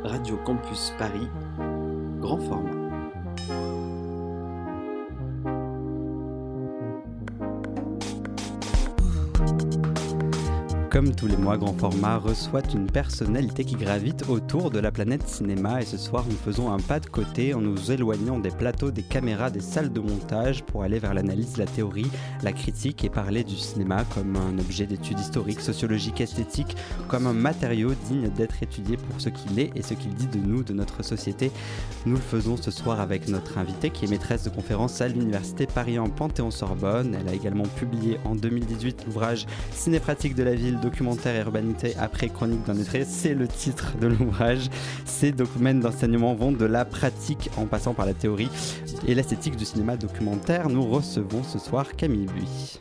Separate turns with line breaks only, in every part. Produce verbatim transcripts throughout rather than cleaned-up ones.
Radio Campus Paris, grand format. Comme tous les mois, Grand Format reçoit une personnalité qui gravite autour de la planète cinéma et ce soir nous faisons un pas de côté en nous éloignant des plateaux, des caméras, des salles de montage pour aller vers l'analyse, la théorie, la critique et parler du cinéma comme un objet d'étude historique, sociologique, esthétique, comme un matériau digne d'être étudié pour ce qu'il est et ce qu'il dit de nous, de notre société. Nous le faisons ce soir avec notre invitée qui est maîtresse de conférences à l'Université Paris en Panthéon-Sorbonne. Elle a également publié en deux mille dix-huit l'ouvrage Ciné-pratique de la ville, documentaire et urbanité après chronique d'un lettré, c'est le titre de l'ouvrage. Ces domaines d'enseignement vont de la pratique en passant par la théorie et l'esthétique du cinéma documentaire. Nous recevons ce soir Camille Buis.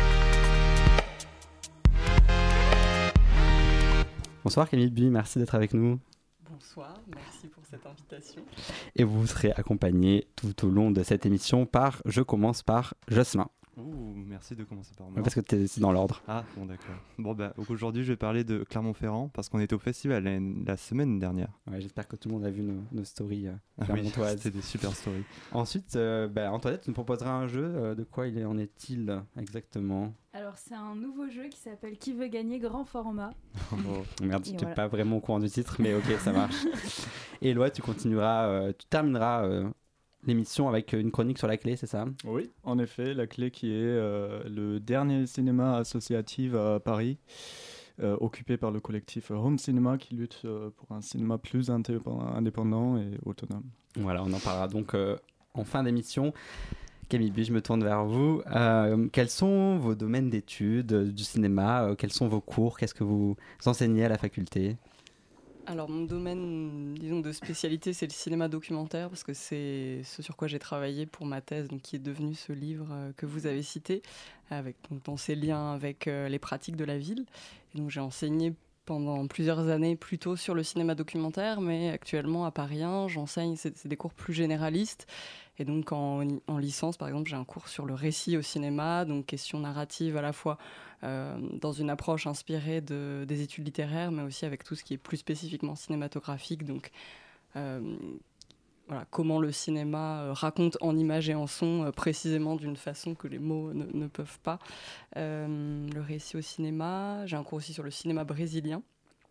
Bonsoir Camille Buis, merci d'être avec nous.
Bonsoir, merci pour cette invitation.
Et vous serez accompagné tout au long de cette émission par, je commence par Jocelyn.
Ouh, merci de commencer par moi.
Parce que t'es, c'est dans l'ordre.
Ah, bon, d'accord. Bon, bah, aujourd'hui, je vais parler de Clermont-Ferrand parce qu'on était au festival la, la semaine dernière.
Ouais, j'espère que tout le monde a vu nos, nos stories euh,
Ah oui,
clermontoises.
c'était des super stories.
Ensuite, euh, bah, Antoinette nous proposera un jeu. Euh, de quoi il en est-il exactement ?
Alors, c'est un nouveau jeu qui s'appelle Qui veut gagner grand format.
Oh, merde, je
Et
n'étais
voilà.
pas vraiment au courant du titre, mais ok, ça marche. Et Eloi, tu continueras, euh, tu termineras euh, l'émission avec une chronique sur la clé, c'est ça ?
Oui, en effet, la clé qui est euh, le dernier cinéma associatif à Paris, euh, occupé par le collectif Home Cinema qui lutte euh, pour un cinéma plus indépendant, indépendant et autonome.
Voilà, on en parlera donc euh, en fin d'émission. Camille Buis, je me tourne vers vous. Euh, quels sont vos domaines d'études euh, du cinéma ? euh, Quels sont vos cours ? Qu'est-ce que vous enseignez à la faculté ?
Alors mon domaine, disons, de spécialité, c'est le cinéma documentaire parce que c'est ce sur quoi j'ai travaillé pour ma thèse, donc qui est devenu ce livre euh, que vous avez cité, avec donc, dans ses liens avec euh, les pratiques de la ville. Et donc j'ai enseigné pendant plusieurs années plutôt sur le cinéma documentaire, mais actuellement à Paris un, j'enseigne, c'est, c'est des cours plus généralistes. Et donc en, en licence, par exemple, j'ai un cours sur le récit au cinéma, donc question narrative à la fois euh, dans une approche inspirée de, des études littéraires, mais aussi avec tout ce qui est plus spécifiquement cinématographique. Donc euh, voilà, comment le cinéma raconte en images et en son, euh, précisément d'une façon que les mots ne, ne peuvent pas. Euh, le récit au cinéma, j'ai un cours aussi sur le cinéma brésilien.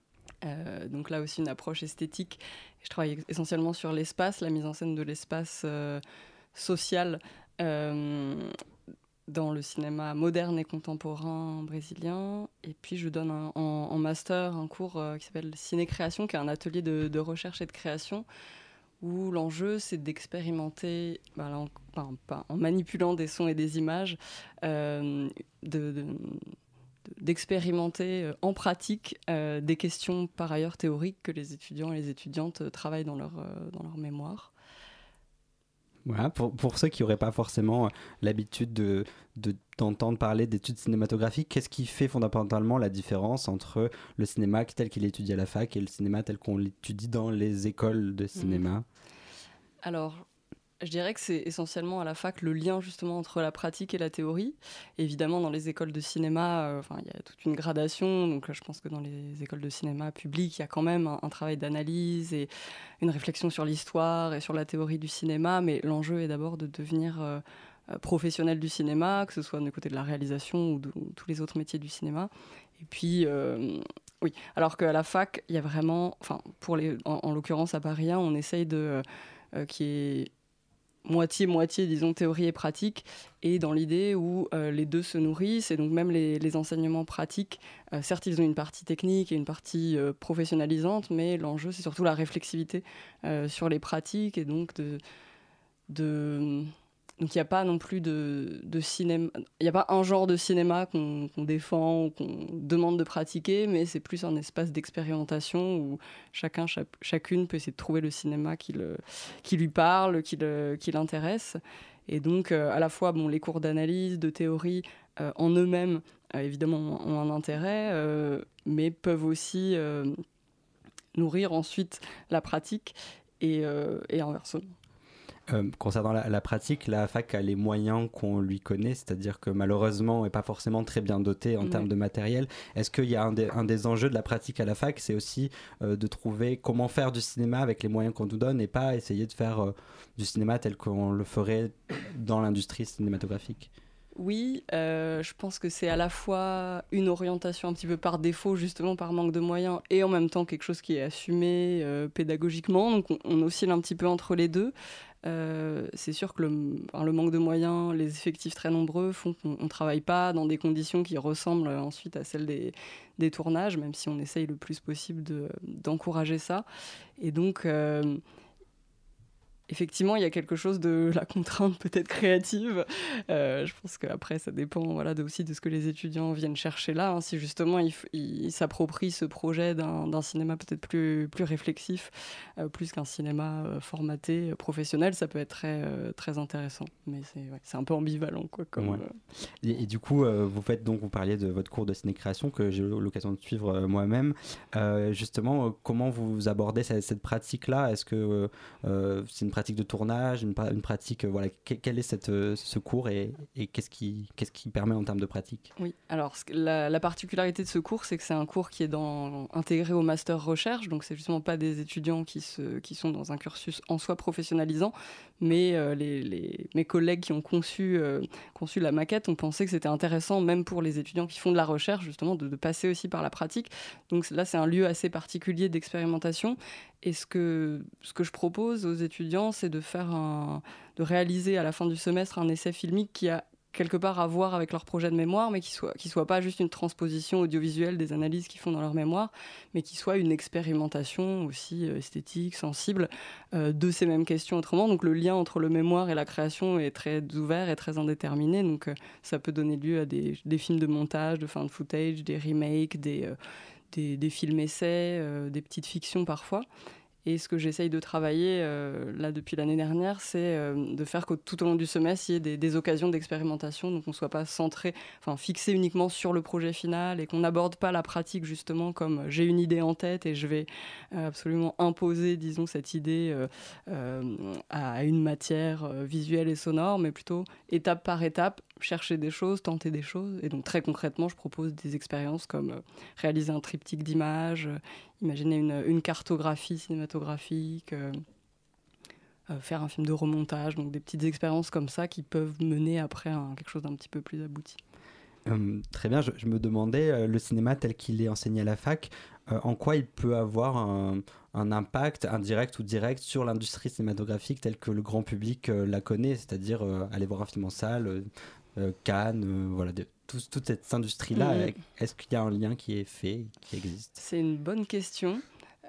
Euh, donc là aussi une approche esthétique. Je travaille essentiellement sur l'espace, la mise en scène de l'espace euh, social euh, dans le cinéma moderne et contemporain brésilien. Et puis je donne un, en, en master un cours euh, qui s'appelle Ciné-création, qui est un atelier de, de recherche et de création, où l'enjeu c'est d'expérimenter, bah, là, en, enfin, pas, en manipulant des sons et des images, euh, de... de d'expérimenter en pratique euh, des questions par ailleurs théoriques que les étudiants et les étudiantes travaillent dans leur, euh, dans leur mémoire.
Voilà, pour, pour ceux qui n'auraient pas forcément l'habitude de, de, d'entendre parler d'études cinématographiques, qu'est-ce qui fait fondamentalement la différence entre le cinéma tel qu'il est étudié à la fac et le cinéma tel qu'on l'étudie dans les écoles de cinéma ?
Mmh. Alors, je dirais que c'est essentiellement à la fac le lien justement entre la pratique et la théorie. Évidemment, dans les écoles de cinéma, euh, il y a toute une gradation. Donc, je pense que dans les écoles de cinéma publiques, il y a quand même un, un travail d'analyse et une réflexion sur l'histoire et sur la théorie du cinéma. Mais l'enjeu est d'abord de devenir euh, professionnel du cinéma, que ce soit du côté de la réalisation ou de ou tous les autres métiers du cinéma. Et puis... Euh, oui, alors qu'à la fac, il y a vraiment... Enfin, pour les, en, en l'occurrence à Paris un, on essaye de... Euh, qui est moitié-moitié, disons, théorie et pratique, et dans l'idée où euh, les deux se nourrissent, et donc même les, les enseignements pratiques, euh, certes, ils ont une partie technique et une partie euh, professionnalisante, mais l'enjeu, c'est surtout la réflexivité euh, sur les pratiques, et donc de... de... Donc il n'y a pas non plus de, de cinéma, il n'y a pas un genre de cinéma qu'on, qu'on défend ou qu'on demande de pratiquer, mais c'est plus un espace d'expérimentation où chacun, chaque, chacune peut essayer de trouver le cinéma qui, le, qui lui parle, qui, le, qui l'intéresse. Et donc euh, à la fois bon, les cours d'analyse, de théorie euh, en eux-mêmes, euh, évidemment, ont un intérêt, euh, mais peuvent aussi euh, nourrir ensuite la pratique et, euh, et inversement.
Euh, concernant la, la pratique, la fac a les moyens qu'on lui connaît, c'est-à-dire que malheureusement, elle n'est pas forcément très bien dotée en
Ouais.
termes de matériel. Est-ce qu'il y a un des, un des enjeux de la pratique à la fac, c'est aussi euh, de trouver comment faire du cinéma avec les moyens qu'on nous donne et pas essayer de faire euh, du cinéma tel qu'on le ferait dans l'industrie cinématographique?
Oui, euh, je pense que c'est à la fois une orientation un petit peu par défaut, justement par manque de moyens, et en même temps quelque chose qui est assumé euh, pédagogiquement. Donc on, on oscille un petit peu entre les deux. Euh, c'est sûr que le, enfin, le manque de moyens, les effectifs très nombreux font qu'on ne travaille pas dans des conditions qui ressemblent ensuite à celles des, des tournages, même si on essaye le plus possible de, d'encourager ça. Et donc... Euh, Effectivement, il y a quelque chose de la contrainte peut-être créative. Euh, je pense qu'après, ça dépend voilà, de, aussi de ce que les étudiants viennent chercher là. Hein. Si justement, ils, ils s'approprient ce projet d'un, d'un cinéma peut-être plus, plus réflexif, euh, plus qu'un cinéma euh, formaté, euh, professionnel, ça peut être très, euh, très intéressant. Mais c'est, ouais, c'est un peu ambivalent. Quoi, comme,
Ouais.
euh...
et, et du coup, euh, vous faites donc, vous parliez de votre cours de ciné-création que j'ai eu l'occasion de suivre euh, moi-même. Euh, justement, euh, comment vous abordez cette, cette pratique-là? Est-ce que euh, c'est une pratique de tournage, une, une pratique, euh, voilà, quel est cette, euh, ce cours et, et qu'est-ce qui, qu'est-ce qui permet en termes de pratique?
Oui, alors la, la particularité de ce cours, c'est que c'est un cours qui est dans, intégré au master recherche, donc c'est justement pas des étudiants qui, se, qui sont dans un cursus en soi professionnalisant, mais euh, les, les, mes collègues qui ont conçu, euh, conçu la maquette ont pensé que c'était intéressant, même pour les étudiants qui font de la recherche, justement, de, de passer aussi par la pratique. Donc là, c'est un lieu assez particulier d'expérimentation. Et ce que, ce que je propose aux étudiants, c'est de faire un, de réaliser à la fin du semestre un essai filmique qui a quelque part à voir avec leur projet de mémoire, mais qui soit, qui soit pas juste une transposition audiovisuelle des analyses qu'ils font dans leur mémoire, mais qui soit une expérimentation aussi euh, esthétique, sensible, euh, de ces mêmes questions autrement. Donc le lien entre le mémoire et la création est très ouvert et très indéterminé, donc euh, ça peut donner lieu à des, des films de montage, de found footage, des remakes, des... Euh, Des, des films-essais, euh, des petites fictions parfois. Et ce que j'essaye de travailler euh, là depuis l'année dernière, c'est euh, de faire que tout au long du semestre, il y ait des, des occasions d'expérimentation, donc qu'on ne soit pas centré, enfin fixé uniquement sur le projet final et qu'on n'aborde pas la pratique justement comme j'ai une idée en tête et je vais euh, absolument imposer, disons, cette idée euh, euh, à une matière euh, visuelle et sonore, mais plutôt étape par étape, chercher des choses, tenter des choses. Et donc très concrètement, je propose des expériences comme euh, réaliser un triptyque d'images, euh, imaginer une, une cartographie cinématographique, euh, euh, faire un film de remontage, donc des petites expériences comme ça qui peuvent mener après à quelque chose d'un petit peu plus abouti.
Euh, très bien, je, je me demandais, euh, le cinéma tel qu'il est enseigné à la fac, euh, en quoi il peut avoir un, un impact indirect ou direct sur l'industrie cinématographique telle que le grand public euh, la connaît, c'est-à-dire euh, aller voir un film en salle, euh, euh, Cannes, euh, voilà, de, tout, toute cette industrie-là,
Mmh.
est-ce qu'il y a un lien qui est fait, qui existe?
C'est une bonne question.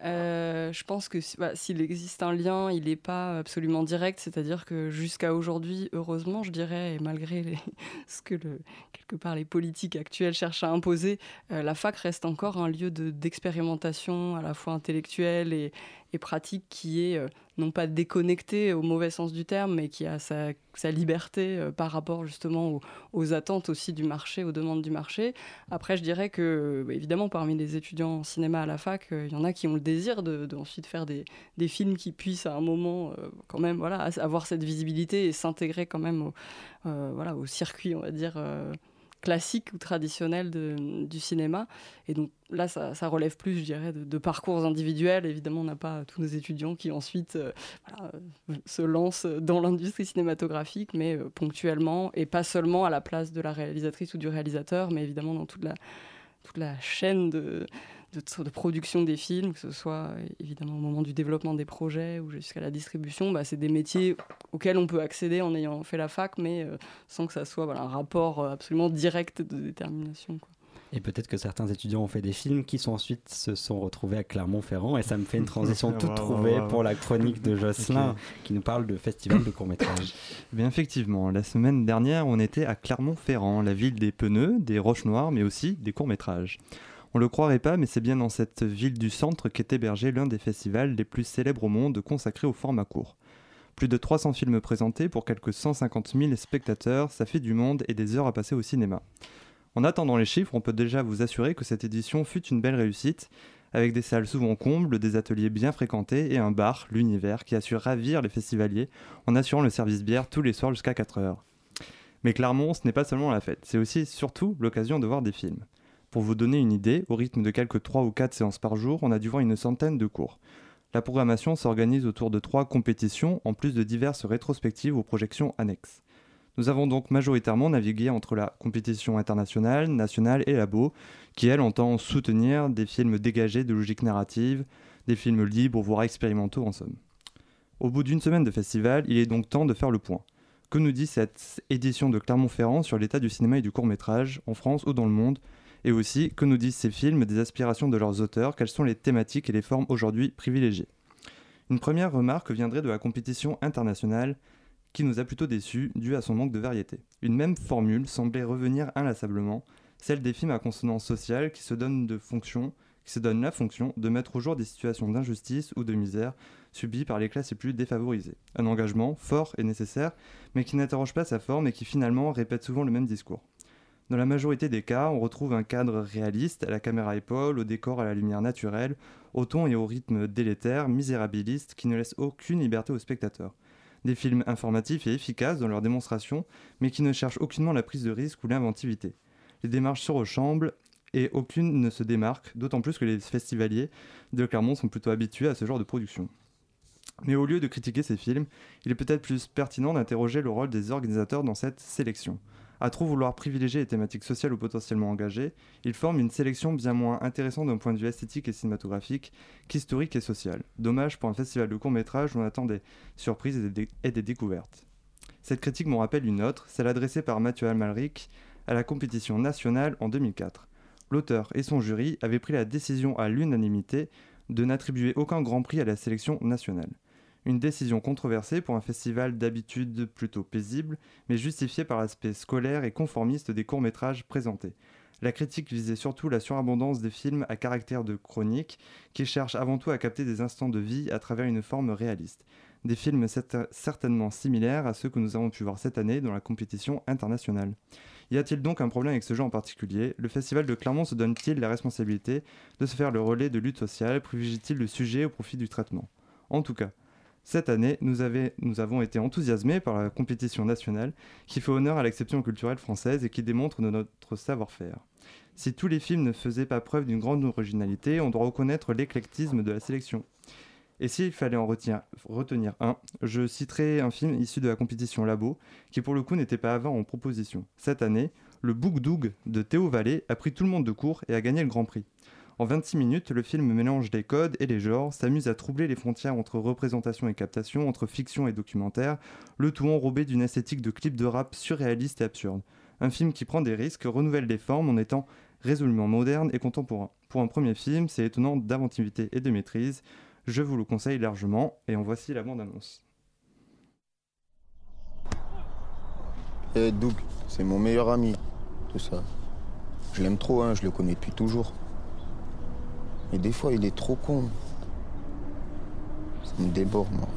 Euh, je pense que bah, s'il existe un lien, il n'est pas absolument direct, c'est-à-dire que jusqu'à aujourd'hui, heureusement, je dirais, et malgré les, ce que le, quelque part les politiques actuelles cherchent à imposer, euh, la fac reste encore un lieu de, d'expérimentation à la fois intellectuelle et, et pratique qui est euh, non pas déconnecté au mauvais sens du terme, mais qui a sa, sa liberté euh, par rapport justement aux, aux attentes aussi du marché, aux demandes du marché. Après, je dirais que, bah, évidemment, parmi les étudiants en cinéma à la fac, il euh, y en a qui ont le désir de, de ensuite faire des, des films qui puissent à un moment euh, quand même voilà, avoir cette visibilité et s'intégrer quand même au, euh, voilà, au circuit, on va dire, euh, classique ou traditionnel de, du cinéma. Et donc là, ça, ça relève plus, je dirais, de, de parcours individuels. Évidemment, on n'a pas tous nos étudiants qui ensuite euh, voilà, euh, se lancent dans l'industrie cinématographique, mais euh, ponctuellement, et pas seulement à la place de la réalisatrice ou du réalisateur, mais évidemment dans toute la, toute la chaîne de... De, de production des films, que ce soit évidemment au moment du développement des projets ou jusqu'à la distribution, bah, c'est des métiers auxquels on peut accéder en ayant fait la fac, mais euh, sans que ça soit voilà, un rapport absolument direct de détermination, quoi.
Et peut-être que certains étudiants ont fait des films qui sont ensuite se sont retrouvés à Clermont-Ferrand, et ça me fait une transition toute
wow,
trouvée
wow, wow.
pour la chronique de Jocelyn,
Okay.
qui nous parle de festival de court-métrage.
Bien effectivement, la semaine dernière, on était à Clermont-Ferrand, la ville des pneus, des roches noires, mais aussi des courts-métrages. On le croirait pas, mais c'est bien dans cette ville du centre qu'est hébergé l'un des festivals les plus célèbres au monde consacré au format court. Plus de trois cents films présentés pour quelques cent cinquante mille spectateurs, ça fait du monde et des heures à passer au cinéma. En attendant les chiffres, on peut déjà vous assurer que cette édition fut une belle réussite, avec des salles souvent combles, des ateliers bien fréquentés et un bar, l'Univers, qui a su ravir les festivaliers en assurant le service bière tous les soirs jusqu'à quatre heures. Mais Clermont, ce n'est pas seulement la fête, c'est aussi et surtout l'occasion de voir des films. Pour vous donner une idée, au rythme de quelques trois ou quatre séances par jour, on a dû voir une centaine de cours. La programmation s'organise autour de trois compétitions, en plus de diverses rétrospectives ou projections annexes. Nous avons donc majoritairement navigué entre la compétition internationale, nationale et labo, qui elle entend soutenir des films dégagés de logique narrative, des films libres, voire expérimentaux en somme. Au bout d'une semaine de festival, il est donc temps de faire le point. Que nous dit cette édition de Clermont-Ferrand sur l'état du cinéma et du court-métrage, en France ou dans le monde ? Et aussi, que nous disent ces films des aspirations de leurs auteurs, quelles sont les thématiques et les formes aujourd'hui privilégiées. Une première remarque viendrait de la compétition internationale, qui nous a plutôt déçus, dû à son manque de variété. Une même formule semblait revenir inlassablement, celle des films à consonance sociale qui se donnent, de fonction, qui se donnent la fonction de mettre au jour des situations d'injustice ou de misère subies par les classes les plus défavorisées. Un engagement fort et nécessaire, mais qui n'interroge pas sa forme et qui finalement répète souvent le même discours. Dans la majorité des cas, on retrouve un cadre réaliste, à la caméra épaule, au décor à la lumière naturelle, au ton et au rythme délétère, misérabiliste, qui ne laisse aucune liberté au spectateur. Des films informatifs et efficaces dans leur démonstration, mais qui ne cherchent aucunement la prise de risque ou l'inventivité. Les démarches se ressemblent et aucune ne se démarque, d'autant plus que les festivaliers de Clermont sont plutôt habitués à ce genre de production. Mais au lieu de critiquer ces films, il est peut-être plus pertinent d'interroger le rôle des organisateurs dans cette sélection. À trop vouloir privilégier les thématiques sociales ou potentiellement engagées, ils forment une sélection bien moins intéressante d'un point de vue esthétique et cinématographique qu'historique et social. Dommage pour un festival de court-métrage où on attend des surprises et des, dé- et des découvertes. Cette critique m'en rappelle une autre, celle adressée par Mathieu Amalric à la compétition nationale en deux mille quatre. L'auteur et son jury avaient pris la décision à l'unanimité de n'attribuer aucun grand prix à la sélection nationale. Une décision controversée pour un festival d'habitude plutôt paisible, mais justifiée par l'aspect scolaire et conformiste des courts-métrages présentés. La critique visait surtout la surabondance des films à caractère de chronique, qui cherchent avant tout à capter des instants de vie à travers une forme réaliste. Des films certainement similaires à ceux que nous avons pu voir cette année dans la compétition internationale. Y a-t-il donc un problème avec ce jeu en particulier ? Le festival de Clermont se donne-t-il la responsabilité de se faire le relais de lutte sociale ? Privilégie-t-il le sujet au profit du traitement ? En tout cas, cette année, nous, avait, nous avons été enthousiasmés par la compétition nationale qui fait honneur à l'exception culturelle française et qui démontre notre savoir-faire. Si tous les films ne faisaient pas preuve d'une grande originalité, on doit reconnaître l'éclectisme de la sélection. Et s'il fallait en retenir, retenir un, je citerai un film issu de la compétition Labo, qui pour le coup n'était pas avant en proposition. Cette année, le Boug Doug de Théo Vallée a pris tout le monde de court et a gagné le Grand Prix. En vingt-six minutes, le film mélange les codes et les genres, s'amuse à troubler les frontières entre représentation et captation, entre fiction et documentaire, le tout enrobé d'une esthétique de clip de rap surréaliste et absurde. Un film qui prend des risques, renouvelle les formes en étant résolument moderne et contemporain. Pour un premier film, c'est étonnant d'inventivité et de maîtrise. Je vous le conseille largement, et en voici la bande-annonce.
Eh hey Doug, c'est mon meilleur ami, tout ça. Je l'aime trop, hein, je le connais depuis toujours. Mais des fois, il est trop con. Ça me déborde, moi.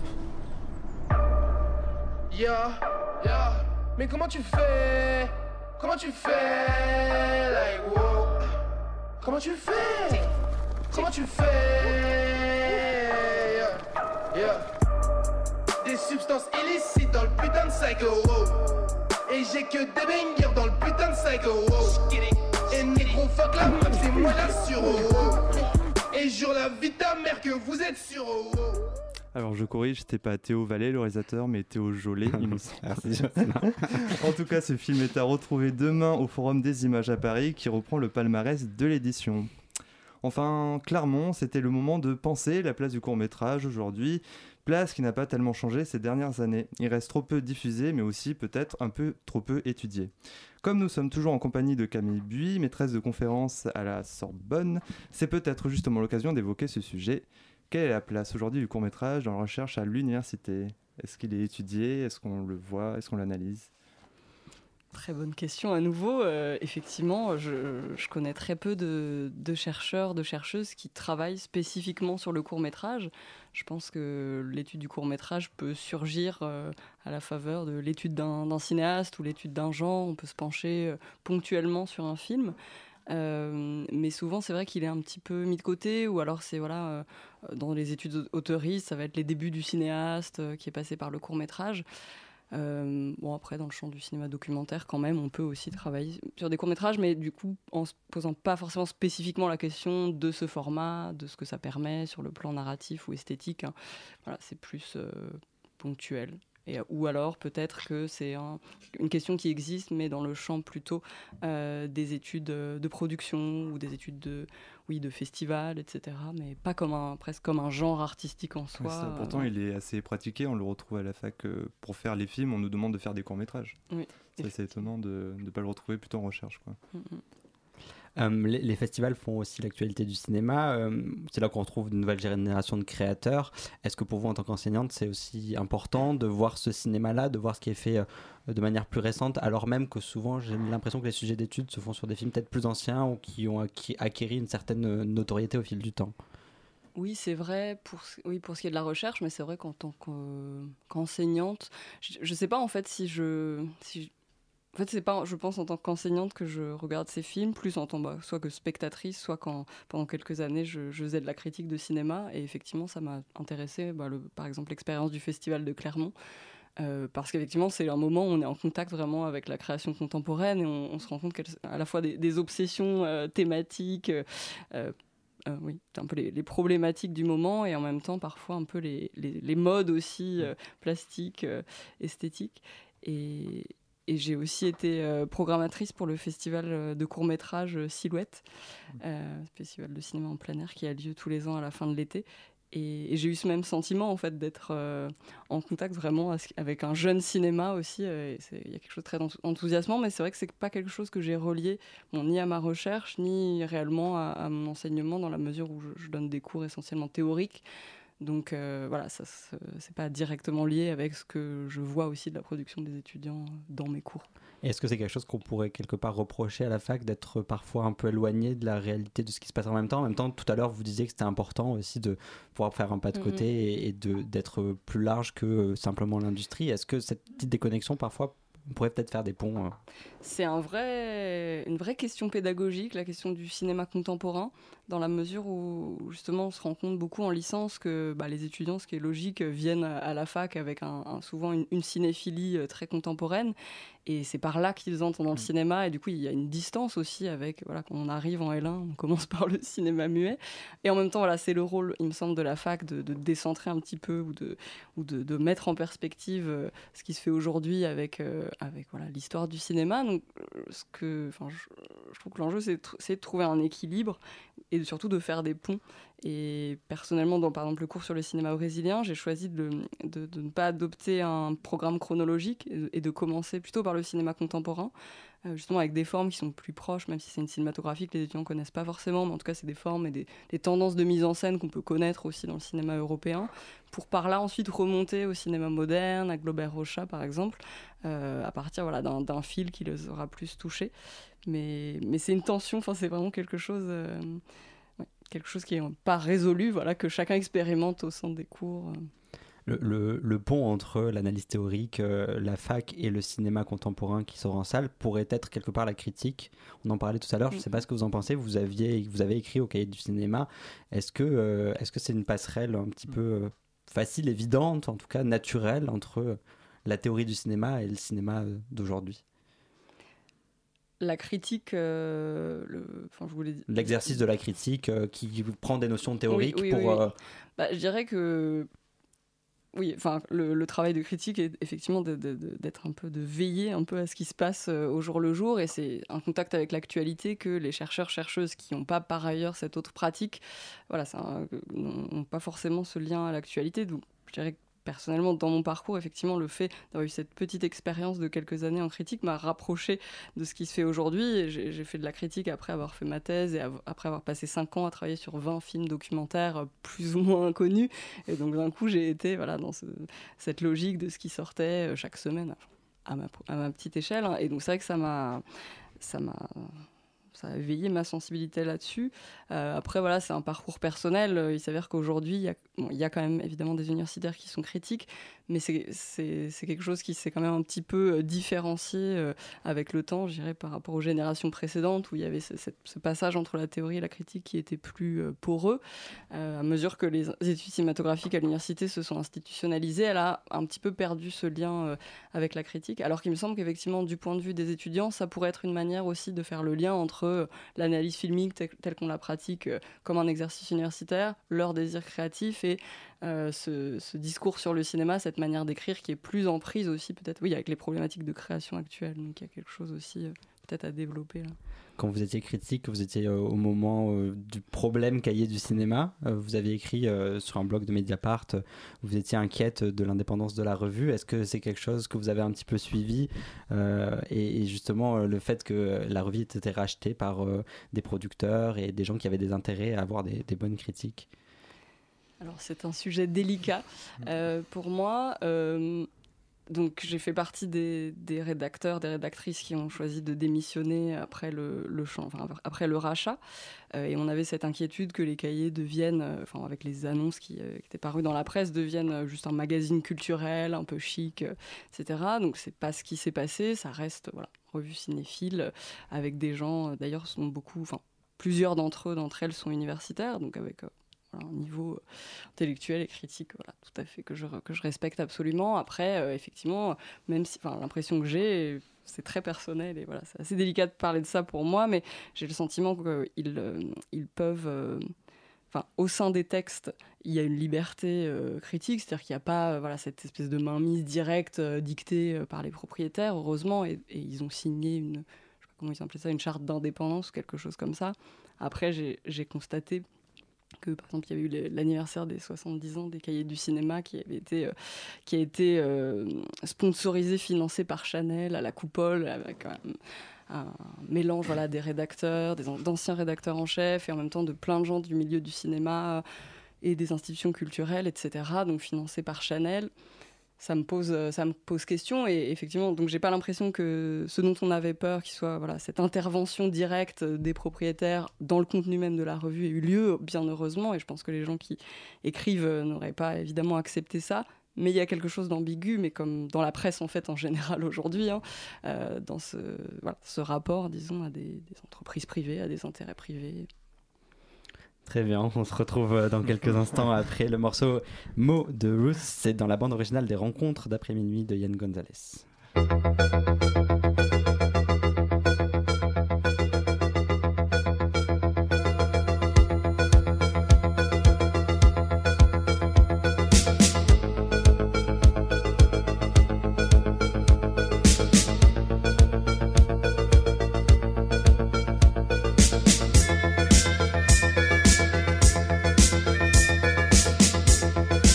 Yeah, yeah. Mais comment tu fais? Comment tu fais? Like, wow. Comment tu fais? Comment tu fais? Yeah, yeah. Des substances illicites dans le putain de psycho. Et j'ai que des bangers dans le putain de psycho. Et négro fuck la meuf, c'est moi la suro. Et jure la vie de ta mère que vous êtes sur.
Alors je corrige, c'était pas Théo Vallée le réalisateur, mais Théo Jolet, il me semble. Merci. En tout cas, ce film est à retrouver demain au Forum des Images à Paris, qui reprend le palmarès de l'édition. Enfin, Clermont, c'était le moment de penser la place du court-métrage aujourd'hui, place qui n'a pas tellement changé ces dernières années. Il reste trop peu diffusé, mais aussi peut-être un peu trop peu étudié. Comme nous sommes toujours en compagnie de Camille Buis, maîtresse de conférence à la Sorbonne, c'est peut-être justement l'occasion d'évoquer ce sujet. Quelle est la place aujourd'hui du court-métrage dans la recherche à l'université ? Est-ce qu'il est étudié ? Est-ce qu'on le voit ? Est-ce qu'on l'analyse ?
Très bonne question à nouveau. Euh, effectivement, je, je connais très peu de, de chercheurs, de chercheuses qui travaillent spécifiquement sur le court-métrage. Je pense que l'étude du court-métrage peut surgir euh, à la faveur de l'étude d'un, d'un cinéaste ou l'étude d'un genre. On peut se pencher euh, ponctuellement sur un film. Euh, mais souvent, c'est vrai qu'il est un petit peu mis de côté, ou alors c'est, voilà, euh, dans les études auteuristes, ça va être les débuts du cinéaste euh, qui est passé par le court-métrage. Euh, bon, après, dans le champ du cinéma documentaire, quand même, on peut aussi travailler sur des courts-métrages, mais du coup, en se posant pas forcément spécifiquement la question de ce format, de ce que ça permet sur le plan narratif ou esthétique. Hein. Voilà, c'est plus euh, ponctuel. Et, ou alors, peut-être que c'est un, une question qui existe, mais dans le champ plutôt euh, des études de production ou des études de, oui, de festival, et cetera. Mais pas comme un, presque comme un genre artistique en soi.
Ça, pourtant, euh, il est assez pratiqué. On le retrouve à la fac. Euh, pour faire les films, on nous demande de faire des courts-métrages.
Oui,
ça, c'est étonnant de ne pas le retrouver plutôt en recherche, quoi.
Mm-hmm.
Euh, les, les festivals font aussi l'actualité du cinéma. Euh, c'est là qu'on retrouve une nouvelle génération de créateurs. Est-ce que pour vous, en tant qu'enseignante, c'est aussi important de voir ce cinéma-là, de voir ce qui est fait euh, de manière plus récente, alors même que souvent, j'ai l'impression que les sujets d'études se font sur des films peut-être plus anciens ou qui ont acquis, acquéri une certaine notoriété au fil du temps?
Oui, c'est vrai pour, oui, pour ce qui est de la recherche, mais c'est vrai qu'en tant qu'enseignante, je ne sais pas en fait si je... Si je En fait, c'est pas, je pense, en tant qu'enseignante que je regarde ces films, plus en tant bah, soit que spectatrice, soit quand, pendant quelques années, je, je faisais de la critique de cinéma. Et effectivement, ça m'a intéressé, bah, le, par exemple, l'expérience du Festival de Clermont. Euh, parce qu'effectivement, c'est un moment où on est en contact vraiment avec la création contemporaine et on, on se rend compte qu'à la fois des, des obsessions euh, thématiques, euh, euh, oui, un peu les, les problématiques du moment et en même temps, parfois, un peu les, les, les modes aussi euh, plastiques, euh, esthétiques. Et... Et j'ai aussi été euh, programmatrice pour le festival euh, de court-métrage euh, Silhouette, euh, festival de cinéma en plein air qui a lieu tous les ans à la fin de l'été. Et, et j'ai eu ce même sentiment en fait d'être euh, en contact vraiment avec un jeune cinéma aussi. Euh, il y a quelque chose de très enthousiasmant, mais c'est vrai que c'est pas quelque chose que j'ai relié bon, ni à ma recherche, ni réellement à, à mon enseignement dans la mesure où je, je donne des cours essentiellement théoriques. Donc euh, voilà, ça, c'est pas directement lié avec ce que je vois aussi de la production des étudiants dans mes cours.
Et est-ce que c'est quelque chose qu'on pourrait quelque part reprocher à la fac, d'être parfois un peu éloigné de la réalité de ce qui se passe en même temps? En même temps, tout à l'heure, vous disiez que c'était important aussi de pouvoir faire un pas de côté mm-hmm. et, et de, d'être plus large que simplement l'industrie. Est-ce que cette petite déconnexion, parfois, on pourrait peut-être faire des ponts?
C'est un vrai, une vraie question pédagogique, la question du cinéma contemporain, dans la mesure où justement on se rend compte beaucoup en licence que bah, les étudiants, ce qui est logique, viennent à la fac avec un, un, souvent une, une cinéphilie très contemporaine. Et c'est par là qu'ils entrent dans le cinéma. Et du coup, il y a une distance aussi avec, voilà, quand on arrive en L un, on commence par le cinéma muet. Et en même temps, voilà, c'est le rôle, il me semble, de la fac de, de décentrer un petit peu ou de, ou de, de mettre en perspective euh, ce qui se fait aujourd'hui avec, euh, avec voilà, l'histoire du cinéma. Donc, ce que, je, je trouve que l'enjeu, c'est, tr- c'est de trouver un équilibre et surtout de faire des ponts. Et personnellement, dans par exemple le cours sur le cinéma brésilien, j'ai choisi de, de, de ne pas adopter un programme chronologique et de, et de commencer plutôt par le cinéma contemporain, euh, justement avec des formes qui sont plus proches, même si c'est une cinématographie que les étudiants ne connaissent pas forcément, mais en tout cas c'est des formes et des, des tendances de mise en scène qu'on peut connaître aussi dans le cinéma européen, pour par là ensuite remonter au cinéma moderne, à Glauber Rocha par exemple, euh, à partir voilà, d'un, d'un fil qui les aura plus touchés. Mais, mais c'est une tension, c'est vraiment quelque chose... Euh, quelque chose qui n'est pas résolu, voilà, que chacun expérimente au sein des cours.
Le, le, le pont entre l'analyse théorique, euh, la fac et le cinéma contemporain qui sort en salle pourrait être quelque part la critique. On en parlait tout à l'heure, je ne sais pas ce que vous en pensez, vous, aviez, vous avez écrit au cahier du cinéma. Est-ce que, euh, est-ce que c'est une passerelle un petit peu euh, facile, évidente, en tout cas naturelle, entre la théorie du cinéma et le cinéma d'aujourd'hui ?
La critique, euh, le, enfin, je voulais dire...
l'exercice de la critique euh, qui prend des notions théoriques
oui, oui,
pour...
Oui, oui.
Euh...
Bah, je dirais que oui, enfin, le, le travail de critique est effectivement de, de, de, d'être un peu, de veiller un peu à ce qui se passe au jour le jour, et c'est un contact avec l'actualité que les chercheurs, chercheuses qui n'ont pas par ailleurs cette autre pratique, voilà, n'ont pas forcément ce lien à l'actualité. Donc, je dirais que personnellement, dans mon parcours, effectivement, le fait d'avoir eu cette petite expérience de quelques années en critique m'a rapproché de ce qui se fait aujourd'hui. J'ai, j'ai fait de la critique après avoir fait ma thèse et av- après avoir passé cinq ans à travailler sur vingt films documentaires plus ou moins connus. Et donc, d'un coup, j'ai été voilà, dans ce, cette logique de ce qui sortait chaque semaine à ma, à ma petite échelle. Et donc, c'est vrai que ça m'a... Ça m'a ça a éveillé ma sensibilité là-dessus. Euh, après, voilà, c'est un parcours personnel. Il s'avère qu'aujourd'hui, il y a, bon, il y a quand même évidemment des universitaires qui sont critiques, mais c'est, c'est, c'est quelque chose qui s'est quand même un petit peu différencié euh, avec le temps, je dirais, par rapport aux générations précédentes, où il y avait ce, cette, ce passage entre la théorie et la critique qui était plus euh, poreux. Euh, à mesure que les études cinématographiques à l'université se sont institutionnalisées, elle a un petit peu perdu ce lien euh, avec la critique, alors qu'il me semble qu'effectivement, du point de vue des étudiants, ça pourrait être une manière aussi de faire le lien entre euh, l'analyse filmique telle, telle qu'on la pratique euh, comme un exercice universitaire, leur désir créatif et euh, ce, ce discours sur le cinéma, cette manière d'écrire qui est plus en prise aussi, peut-être, oui, avec les problématiques de création actuelles. Donc il y a quelque chose aussi euh, peut-être à développer là.
Quand vous étiez critique, vous étiez euh, au moment euh, du problème cahier du cinéma. Euh, vous aviez écrit euh, sur un blog de Mediapart, euh, vous étiez inquiète de l'indépendance de la revue. Est-ce que c'est quelque chose que vous avez un petit peu suivi euh, et, et justement euh, le fait que la revue ait été rachetée par euh, des producteurs et des gens qui avaient des intérêts à avoir des, des bonnes critiques?
Alors c'est un sujet délicat euh, pour moi. Euh, Donc j'ai fait partie des, des rédacteurs, des rédactrices qui ont choisi de démissionner après le, le, champ, enfin, après le rachat. Euh, et on avait cette inquiétude que les cahiers deviennent, euh, enfin, avec les annonces qui, euh, qui étaient parues dans la presse, deviennent euh, juste un magazine culturel, un peu chic, euh, et cetera. Donc c'est pas ce qui s'est passé. Ça reste, voilà, revue cinéphile, euh, avec des gens, euh, d'ailleurs, sont beaucoup, enfin, plusieurs d'entre eux, d'entre elles sont universitaires, donc avec... Euh, un niveau intellectuel et critique, voilà, tout à fait, que je, que je respecte absolument. Après, euh, effectivement, même si, enfin, l'impression que j'ai, c'est très personnel et voilà, c'est assez délicat de parler de ça pour moi, mais j'ai le sentiment qu'ils euh, ils peuvent, euh, enfin, au sein des textes, il y a une liberté euh, critique, c'est-à-dire qu'il n'y a pas euh, voilà, cette espèce de mainmise directe euh, dictée euh, par les propriétaires, heureusement, et, et ils ont signé une, je sais pas comment ils appelaient ça, une charte d'indépendance ou quelque chose comme ça. Après, j'ai, j'ai constaté que par exemple il y avait eu l'anniversaire des soixante-dix ans des Cahiers du cinéma qui avait été, euh, qui a été euh, sponsorisé, financé par Chanel à la coupole avec un, un mélange voilà, des rédacteurs, des, d'anciens rédacteurs en chef et en même temps de plein de gens du milieu du cinéma et des institutions culturelles, et cetera. Donc financé par Chanel. Ça me pose, ça me pose question et effectivement, donc j'ai pas l'impression que ce dont on avait peur, qu'il soit voilà, cette intervention directe des propriétaires dans le contenu même de la revue ait eu lieu, bien heureusement, et je pense que les gens qui écrivent n'auraient pas évidemment accepté ça, mais il y a quelque chose d'ambigu, mais comme dans la presse en fait en général aujourd'hui, hein, euh, dans ce, voilà, ce rapport, disons, à des, des entreprises privées, à des intérêts privés.
Très bien, on se retrouve dans quelques instants après le morceau Mo de Ruth. C'est dans la bande originale des Rencontres d'après minuit de Yann Gonzalez.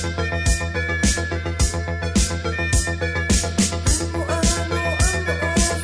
Oh,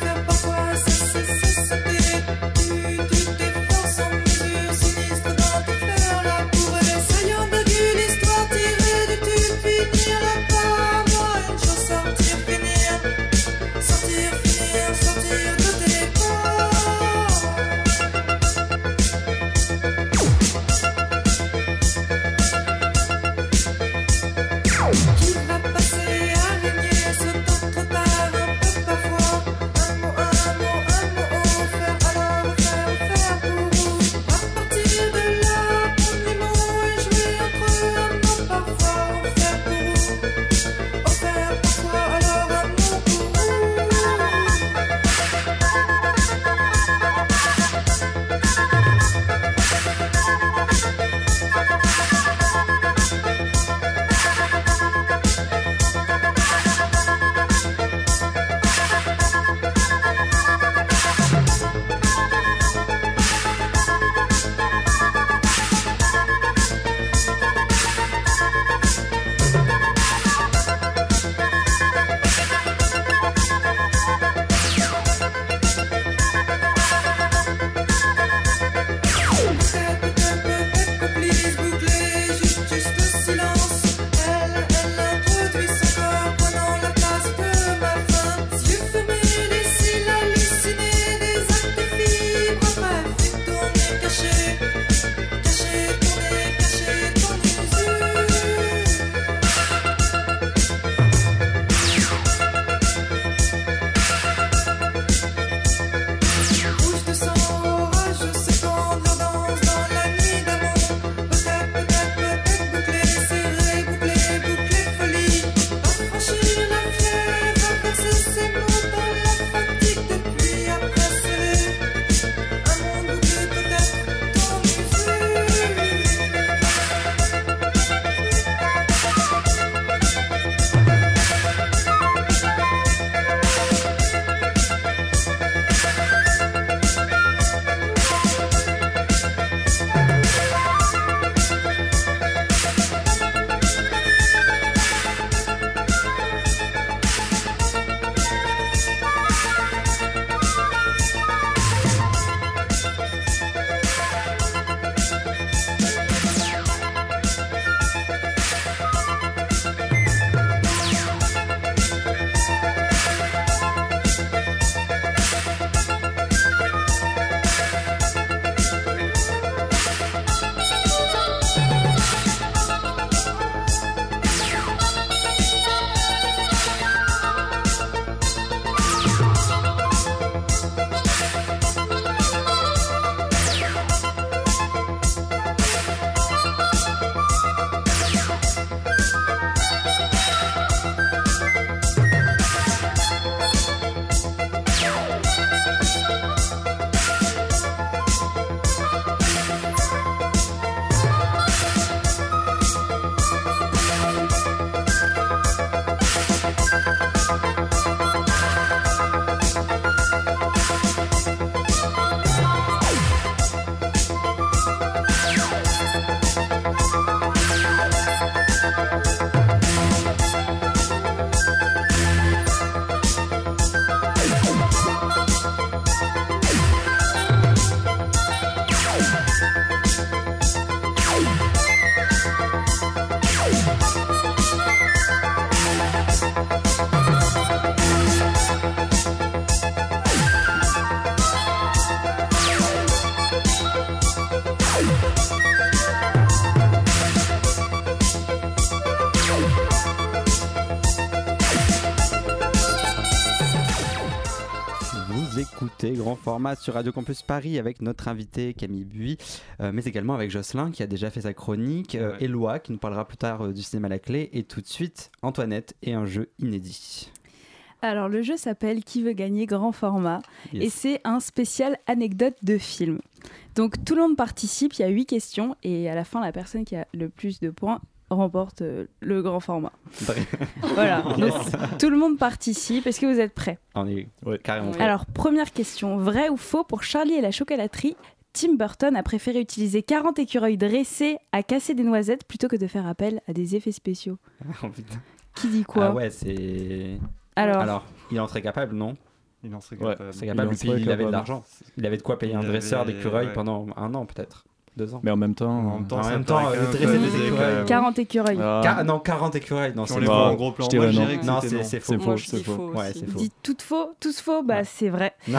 écoutez Grand Format sur Radio Campus Paris avec notre invité Camille Buis, euh, mais également avec Jocelyn qui a déjà fait sa chronique, euh,
Ouais.
Éloi qui nous parlera plus tard euh, du cinéma à la clé, et tout de suite Antoinette et un jeu inédit.
Alors, le jeu s'appelle Qui veut gagner grand format
Yes.
et c'est un spécial anecdote de film. Donc, tout le monde participe, il y a huit questions et à la fin, la personne qui a le plus de points remporte euh, le grand format. Voilà, donc tout le monde participe. Est-ce que vous êtes prêts?
On est
Ouais.
carrément
Oui.
prêts.
Alors, première question, vrai ou faux, pour Charlie et la chocolaterie, Tim Burton a préféré utiliser quarante écureuils dressés à casser des noisettes plutôt que de faire appel à des effets spéciaux.
Oh, putain.
Qui dit quoi?
Ah ouais, c'est...
Alors,
Alors, il en serait capable, non?
Il en serait
Ouais,
capable.
C'est
Il
capable,
en
et puis
serait
il avait de
capable.
l'argent. Il avait de quoi payer
Il
un dresseur
avait-
d'écureuils
ouais.
pendant un an peut-être, deux ans.
Mais en même temps,
En même temps,
En
ça
même
paraît
temps,
quand
euh,
même
dresser
pas
des
osé,
écureuils.
quand même.
quarante écureuils.
Ah,
Car- non, quarante écureuils, non,
Si
c'est
on les
faux.
voit
Bah,
en gros plan,
je dirais
moi je
non.
dirais que
Non,
c'était
c'est
non.
c'est faux.
c'est
Moi,
faux,
je
c'est
dis
faux.
faux
Ouais,
aussi.
c'est faux.
Dit tout faux, tous faux, bah
Ouais.
c'est vrai.
Non.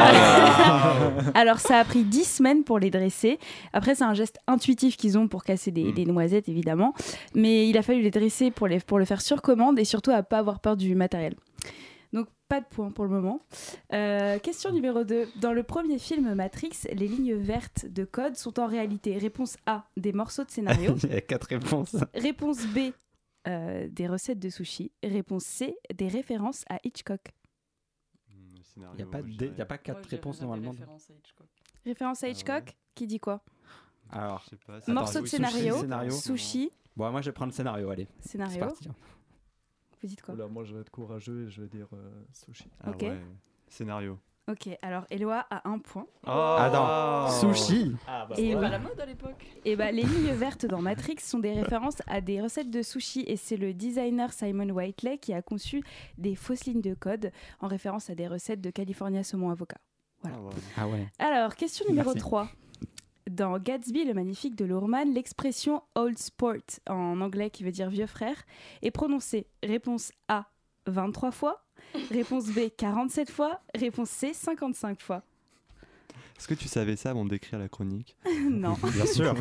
Alors ça a pris dix semaines pour les dresser. Après c'est un geste intuitif qu'ils ont pour casser des,
Mm.
des noisettes évidemment. Mais il a fallu les dresser pour, les, pour le faire sur commande et surtout à pas avoir peur du matériel. Donc pas de points pour le moment. Euh, question numéro deux. Dans le premier film Matrix, les lignes vertes de code sont en réalité réponse A, des morceaux de scénario.
Il y a quatre réponses.
Réponse B, euh, des recettes de sushi. Réponse C, des références à Hitchcock.
Le scénario,
Il n'y a, pas
je
D-
dirais.
il y a pas quatre
Moi, je dirais
réponses
des
normalement.
références à Hitchcock.
Référence à
Ah
Hitchcock,
ouais.
qui dit quoi?
Alors,
Je sais pas, ça
Morceau
part-
de
oui, sushi,
scénario,
scénario.
sushi,
bon, moi je vais prendre le scénario, allez. C'est
scénario.
parti.
Vous dites quoi?
Oula, moi je vais être courageux et je vais dire euh, sushi.
Ah
Ok.
ouais. Scénario.
Ok, alors Eloi a un point.
Ah non, sushi.
Ah bah
Et
C'était
oui.
pas la mode à l'époque.
Et bah, les lignes vertes dans Matrix sont des références à des recettes de sushi et c'est le designer Simon Whiteley qui a conçu des fausses lignes de code en référence à des recettes de California saumon avocat. Voilà.
Ah ouais.
Ah ouais.
Alors, question numéro
Merci.
trois. Dans Gatsby, le magnifique de Lohrmann, l'expression old sport, en anglais qui veut dire vieux frère, est prononcée réponse A vingt-trois fois, réponse B quarante-sept fois, réponse C cinquante-cinq fois.
Est-ce que tu savais ça avant d'écrire la chronique?
Non.
Bien sûr.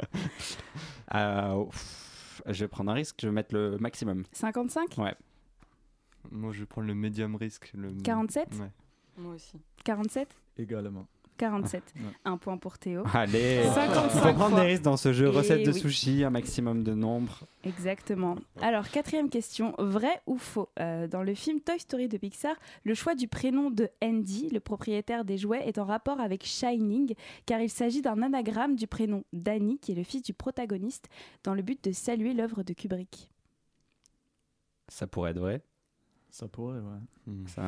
Euh, pff, je vais prendre un risque, je vais mettre le maximum.
cinquante-cinq
Ouais.
Moi je vais prendre le medium risque. Le...
quarante-sept
Ouais.
Moi aussi.
quarante-sept
Également.
quarante-sept.
Ouais.
Un point pour Théo.
Allez, il
cinquante-cinq
faut prendre
fois.
des risques dans ce jeu.
Et
Recette de
oui.
sushi, un maximum de nombre.
Exactement. Alors, quatrième question, vrai ou faux? Euh, Dans le film Toy Story de Pixar, le choix du prénom de Andy, le propriétaire des jouets, est en rapport avec Shining, car il s'agit d'un anagramme du prénom Danny, qui est le fils du protagoniste, dans le but de saluer l'œuvre de Kubrick.
Ça pourrait être vrai.
Ça pourrait, ouais.
Hmm.
Ça.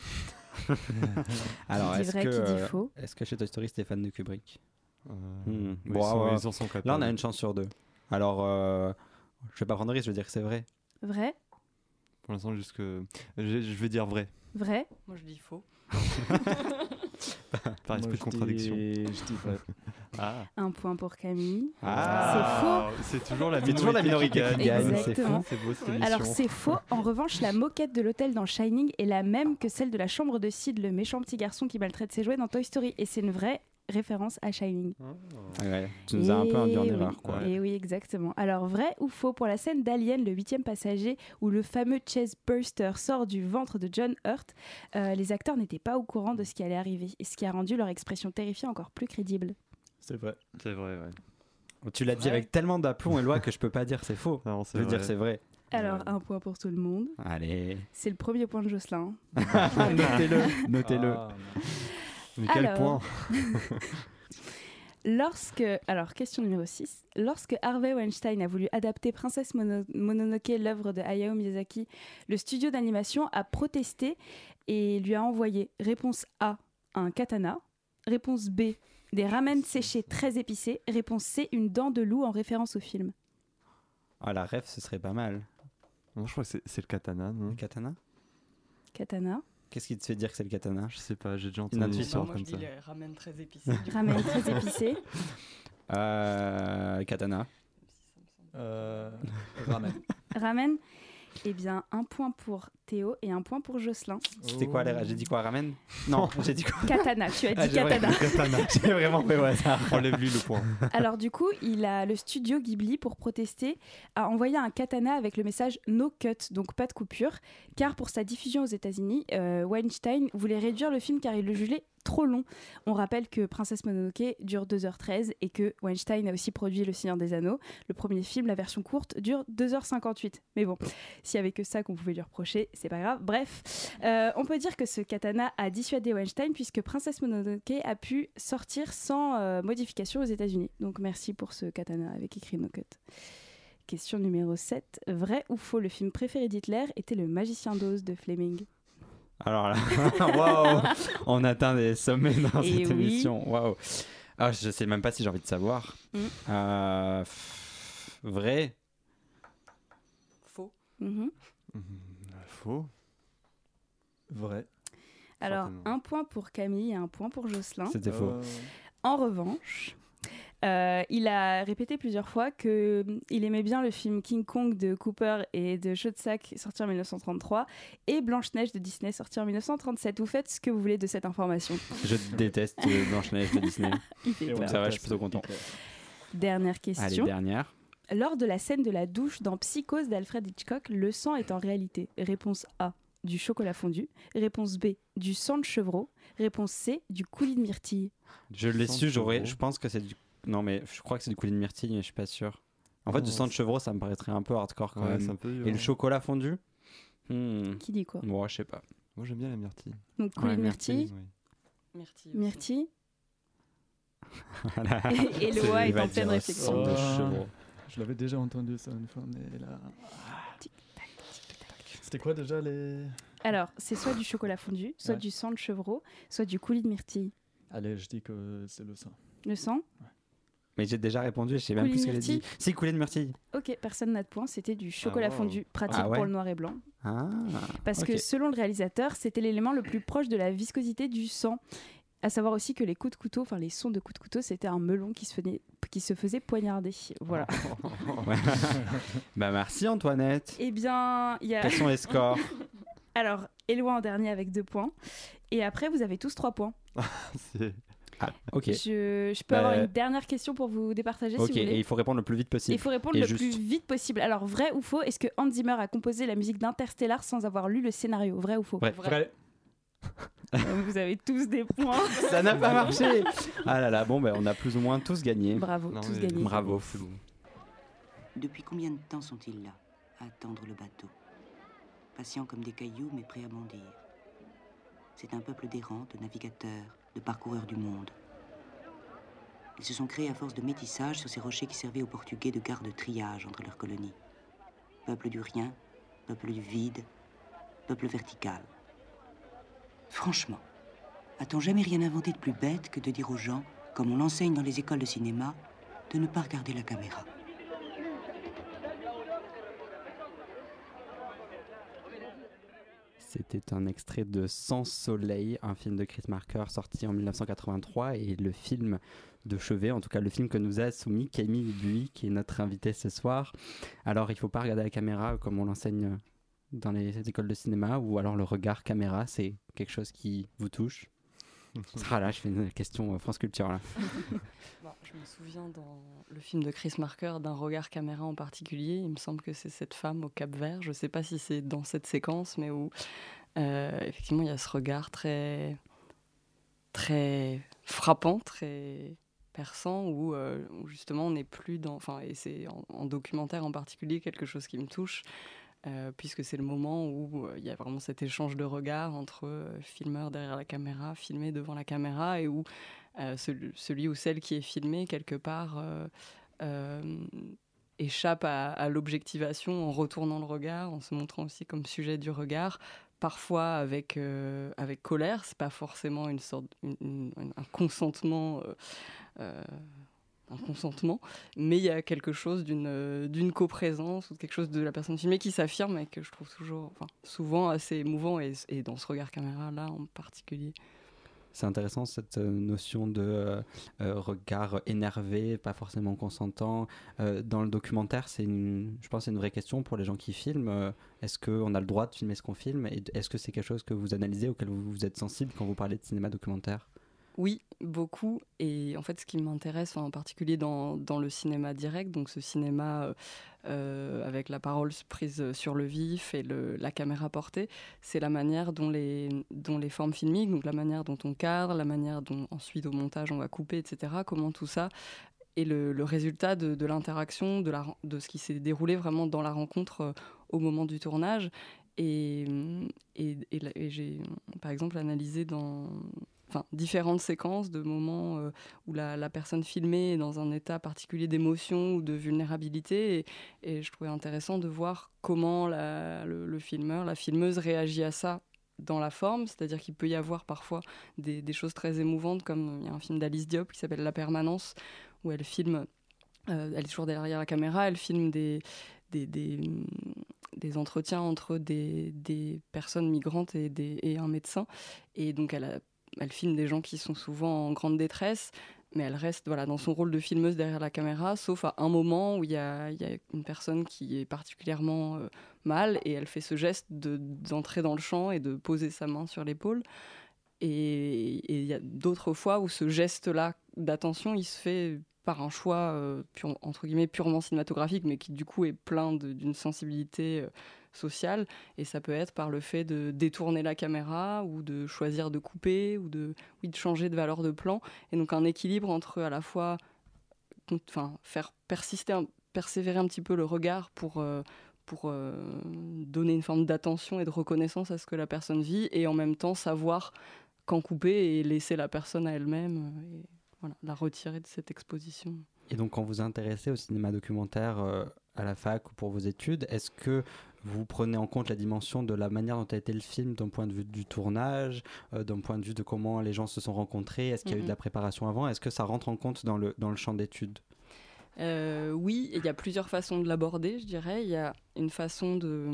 Alors,
Qui dit
est-ce
vrai,
que,
qui dit
euh,
faux?
est-ce que chez Toy Story, c'était fan de Kubrick?
Euh,
Hmm.
oui,
Bon,
ils sont-
ouais.
ils en sont capables.
Là, on a une chance sur deux. Alors, euh, je vais pas prendre de risque, je vais dire que c'est vrai.
Vrai?
Pour l'instant, jusque. Je, je vais dire vrai,
Vrai?
Moi je dis faux.
par esprit
Moi,
de
je
contradiction.
dis- Je dis vrai.
Ah,
Un point pour Camille.
Ah, c'est toujours la
C'est toujours la
minorité
minorité
qui
qui
gagne.
gagne,
C'est
Exactement.
fou, c'est beau cette émission.
Alors c'est faux. En revanche, la moquette de l'hôtel dans Shining est la même que celle de la chambre de Sid, le méchant petit garçon qui maltraite ses jouets dans Toy Story. Et c'est une vraie référence à Shining.
Ah ouais, tu nous as un peu induit en
Et
erreur,
oui.
quoi.
Et oui, exactement. Alors, vrai ou faux pour la scène d'Alien, le huitième passager, où le fameux chest burster sort du ventre de John Hurt, euh, les acteurs n'étaient pas au courant de ce qui allait arriver, et ce qui a rendu leur expression terrifiée encore plus crédible.
C'est vrai.
C'est vrai, ouais.
Tu l'as dit
Ouais.
avec tellement d'aplomb, Éloi, que je peux pas dire c'est faux.
Non,
Je
c'est
veux
vrai.
dire c'est vrai.
Alors,
Ouais.
un point pour tout le monde.
Allez.
C'est le premier point de Jocelyn.
Notez-le. Notez-le.
Ah, non.
Mais quel
Alors.
point?
Lorsque, alors question numéro six, lorsque Harvey Weinstein a voulu adapter Princesse Mono- Mononoke, l'œuvre de Hayao Miyazaki, le studio d'animation a protesté et lui a envoyé réponse A, un katana, réponse B, des ramen séchés très épicés, réponse C, une dent de loup en référence au film.
Ah, la ref, ce serait pas mal.
Non, je crois que c'est- c'est le katana, non?
Le katana?
Katana,
Qu'est-ce qui te fait dire que c'est le katana?
Je sais pas, j'ai déjà
Une
entendu une
intuition.
histoire
Moi je
comme
dis
ça.
les ramen très épicés. du coup.
ramen très épicés,
Euh, katana.
Euh, ramen.
ramen. Eh bien, un point pour Théo et un point pour Jocelyn.
C'était quoi les... J'ai dit quoi, ramen? Non, j'ai dit quoi?
Katana, tu as dit
Ah, j'ai
katana.
vraiment- katana. J'ai vraiment fait au hasard.
Enlève-lui le point.
Alors du coup, il a le studio Ghibli, pour protester, a envoyé un katana avec le message no cut, donc pas de coupure, car pour sa diffusion aux États-Unis, euh, Weinstein voulait réduire le film car il le jugeait trop long. On rappelle que Princesse Mononoke dure deux heures treize et que Weinstein a aussi produit Le Seigneur des Anneaux. Le premier film, la version courte, dure deux heures cinquante-huit. Mais bon, s'il y avait que ça qu'on pouvait lui reprocher, c'est pas grave. Bref, euh, on peut dire que ce katana a dissuadé Weinstein puisque Princesse Mononoke a pu sortir sans euh, modification aux États-Unis. Donc merci pour ce katana avec écrit no cut. Question numéro sept. Vrai ou faux, le film préféré d'Hitler était Le Magicien d'Oz de Fleming?
Alors là, waouh, on atteint des sommets dans
Et
cette
oui.
émission. Waouh. Ah, je sais même pas si j'ai envie de savoir.
Mm.
Euh, pff, vrai.
Faux.
Mhm.
Faux.
Vrai.
Alors,
Certainement.
un point pour Camille et un point pour Jocelyn.
C'était faux.
Euh,
En revanche, euh, il a répété plusieurs fois qu'il aimait bien le film King Kong de Cooper et de Schoedsack sorti en dix-neuf cent trente-trois et Blanche-Neige de Disney sorti en dix-neuf cent trente-sept. Vous faites ce que vous voulez de cette information.
Je déteste euh, Blanche-Neige de Disney.
Il fait
et on
peur.
Ça va, je
passe
suis plutôt content.
Hitler.
Dernière
Allez,
question.
dernière.
Lors de la scène de la douche dans Psychose d'Alfred Hitchcock, le sang est en réalité réponse A, du chocolat fondu. Réponse B, du sang de chevreau. Réponse C, du coulis de myrtille.
Je l'ai
Sang
su,
de
j'aurais.
chevreau.
Je pense que c'est du. Non, mais je crois que c'est du coulis de myrtille, mais je suis pas sûr. En fait, du
Oh,
sang de chevreau, ça me paraîtrait un peu hardcore quand
Ouais,
même.
c'est un peu dur.
Et le chocolat fondu Hmm.
Qui dit quoi?
Moi, je sais pas.
Moi, j'aime bien la myrtille.
Donc coulis
Ouais,
de myrtille,
Oui.
Myrtille. aussi.
myrtille.
Voilà.
Et, et
C'est-
Loa
il
est
va
en pleine
dire
réflexion.
sang de
Oh.
chevreau.
Je l'avais déjà entendu ça une fois, mais là. C'était quoi déjà les.
Alors, c'est soit du chocolat fondu, soit
Ouais.
du sang de chevreau, soit du coulis de myrtille.
Allez, je dis que c'est le sang.
Le sang?
Mais j'ai déjà répondu, je sais même
Coulis
plus ce
de
qu'elle a dit.
myrtille
Si, coulis de myrtille.
Ok, personne n'a de point, c'était du chocolat
wow.
fondu, pratique
Ah ouais.
pour le noir et blanc.
Ah.
Parce
ok.
que selon le réalisateur, c'était l'élément le plus proche de la viscosité du sang. À savoir aussi que les coups de couteau, enfin les sons de coups de couteau, c'était un melon qui se faisait, qui se faisait poignarder. Voilà.
Ouais. Bah merci Antoinette.
Eh bien, il y a...
Quels sont les scores?
Alors, Éloi en dernier avec deux points. Et après, vous avez tous trois points.
C'est-
Ah, ok.
Je, je peux
Bah,
avoir une dernière question pour vous départager
Ok,
si vous voulez.
et il faut répondre le plus vite possible.
Il faut répondre
Et
le
juste.
plus vite possible. Alors, vrai ou faux, est-ce que Hans Zimmer a composé la musique d'Interstellar sans avoir lu le scénario? Vrai ou faux?
Vrai.
Vrai.
Vous avez tous des points.
Ça n'a pas marché. Ah là là, bon, ben on a plus ou moins tous gagné.
Bravo,
Non,
tous
mais-
gagnés.
Bravo.
C'est bon.
Depuis combien de temps sont-ils là, à attendre le bateau? Patients comme des cailloux, mais prêts à bondir. C'est un peuple d'errants, de navigateurs, de parcoureurs du monde. Ils se sont créés à force de métissage sur ces rochers qui servaient aux Portugais de garde-triage entre leurs colonies. Peuple du rien, peuple du vide, peuple vertical. Franchement, a-t-on jamais rien inventé de plus bête que de dire aux gens, comme on l'enseigne dans les écoles de cinéma, de ne pas regarder la caméra?
C'était un extrait de Sans Soleil, un film de Chris Marker sorti en dix-neuf cent quatre-vingt-trois et le film de chevet, en tout cas le film que nous a soumis Camille Buis, qui est notre invitée ce soir. Alors il ne faut pas regarder la caméra comme on l'enseigne dans les écoles de cinéma, ou alors le regard caméra, c'est quelque chose qui vous touche. Ah là, je fais une question euh, France Culture là.
Bon, je me souviens dans le film de Chris Marker d'un regard caméra en particulier. Il me semble que c'est cette femme au Cap Vert. Je ne sais pas si c'est dans cette séquence, mais où euh, effectivement il y a ce regard très, très frappant, très perçant, où, euh, où justement on n'est plus dans. Enfin, et c'est en, en documentaire en particulier quelque chose qui me touche. Euh, puisque c'est le moment où il euh, y a vraiment cet échange de regards entre euh, filmeur derrière la caméra, filmé devant la caméra, et où euh, celui, celui ou celle qui est filmé, quelque part, euh, euh, échappe à, à l'objectivation en retournant le regard, en se montrant aussi comme sujet du regard, parfois avec, euh, avec colère. C'est pas forcément une sorte, une, une, un consentement... Euh, euh, un consentement, mais il y a quelque chose d'une, euh, d'une coprésence ou quelque chose de la personne filmée qui s'affirme et que je trouve toujours, enfin, souvent assez émouvant, et, et dans ce regard caméra-là en particulier.
C'est intéressant cette notion de euh, euh, regard énervé, pas forcément consentant. Euh, dans le documentaire, c'est une, je pense que c'est une vraie question pour les gens qui filment. Euh, est-ce qu'on a le droit de filmer ce qu'on filme et est-ce que c'est quelque chose que vous analysez, auquel vous, vous êtes sensible quand vous parlez de cinéma documentaire ?
Oui, beaucoup. Et en fait, ce qui m'intéresse en particulier dans, dans le cinéma direct, donc ce cinéma euh, euh, avec la parole prise sur le vif et le, la caméra portée, c'est la manière dont les, dont les formes filmiques, donc la manière dont on cadre, la manière dont ensuite au montage on va couper, et cetera, comment tout ça est le, le résultat de, de l'interaction, de, la, de ce qui s'est déroulé vraiment dans la rencontre euh, au moment du tournage. Et, et, et, et j'ai, par exemple, analysé dans... Enfin, différentes séquences de moments euh, où la, la personne filmée est dans un état particulier d'émotion ou de vulnérabilité et, et je trouvais intéressant de voir comment la, le, le filmeur, la filmeuse réagit à ça dans la forme, c'est-à-dire qu'il peut y avoir parfois des, des choses très émouvantes, comme il y a un film d'Alice Diop qui s'appelle La Permanence, où elle filme, euh, elle est toujours derrière la caméra, elle filme des, des, des, des entretiens entre des, des personnes migrantes et, des, et un médecin, et donc elle a Elle filme des gens qui sont souvent en grande détresse, mais elle reste voilà, dans son rôle de filmeuse derrière la caméra, sauf à un moment où il y a, y a une personne qui est particulièrement euh, mal, et elle fait ce geste de, d'entrer dans le champ et de poser sa main sur l'épaule. Et il y a d'autres fois où ce geste-là d'attention, il se fait par un choix, euh, pure, entre guillemets, purement cinématographique, mais qui du coup est plein de, d'une sensibilité euh, sociale, et ça peut être par le fait de détourner la caméra ou de choisir de couper ou de, oui, de changer de valeur de plan, et donc un équilibre entre à la fois enfin, faire persister, un, persévérer un petit peu le regard pour, euh, pour euh, donner une forme d'attention et de reconnaissance à ce que la personne vit, et en même temps savoir quand couper et laisser la personne à elle-même et voilà, la retirer de cette exposition.
Et donc quand vous vous intéressez au cinéma documentaire euh, à la fac ou pour vos études, est-ce que vous prenez en compte la dimension de la manière dont a été le film d'un point de vue du tournage, euh, d'un point de vue de comment les gens se sont rencontrés, est-ce qu'il y a mm-hmm. eu de la préparation avant, est-ce que ça rentre en compte dans le, dans le champ d'études ?
euh, Oui, il y a plusieurs façons de l'aborder, je dirais. Il y a une façon de...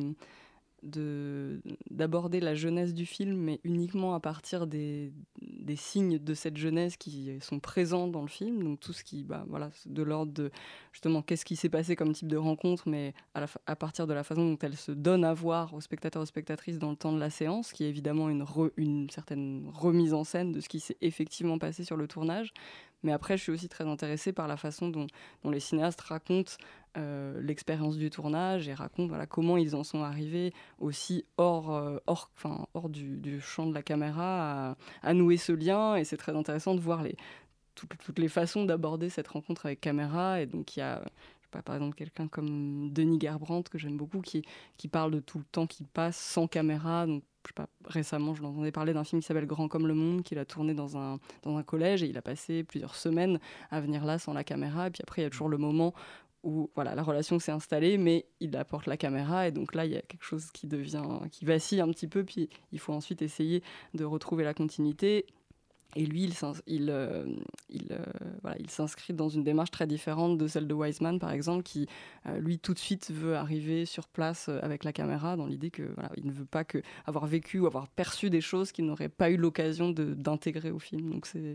De, d'aborder la jeunesse du film, mais uniquement à partir des, des signes de cette jeunesse qui sont présents dans le film, donc tout ce qui, bah, voilà, de l'ordre de, justement, qu'est-ce qui s'est passé comme type de rencontre, mais à, la, à partir de la façon dont elle se donne à voir aux spectateurs et aux spectatrices dans le temps de la séance, qui est évidemment une, re, une certaine remise en scène de ce qui s'est effectivement passé sur le tournage. Mais après, je suis aussi très intéressée par la façon dont, dont les cinéastes racontent euh, l'expérience du tournage et racontent voilà, comment ils en sont arrivés aussi hors, euh, hors, enfin, hors du, du champ de la caméra à, à nouer ce lien. Et c'est très intéressant de voir les, toutes, toutes les façons d'aborder cette rencontre avec caméra. Et donc, il y a... Pas, par exemple quelqu'un comme Denis Gerbrandt que j'aime beaucoup qui, qui parle de tout le temps qu'il passe sans caméra. Donc, je sais pas, récemment je l'entendais parler d'un film qui s'appelle Grand comme le monde, qu'il a tourné dans un, dans un collège, et il a passé plusieurs semaines à venir là sans la caméra, et puis après il y a toujours le moment où voilà, la relation s'est installée, mais il apporte la caméra, et donc là il y a quelque chose qui devient, qui vacille un petit peu, puis il faut ensuite essayer de retrouver la continuité. Et lui, il, il, euh, il, euh, voilà, il s'inscrit dans une démarche très différente de celle de Wiseman, par exemple, qui, euh, lui, tout de suite veut arriver sur place avec la caméra, dans l'idée que voilà, il ne veut pas que avoir vécu ou avoir perçu des choses qu'il n'aurait pas eu l'occasion de, d'intégrer au film. Donc c'est...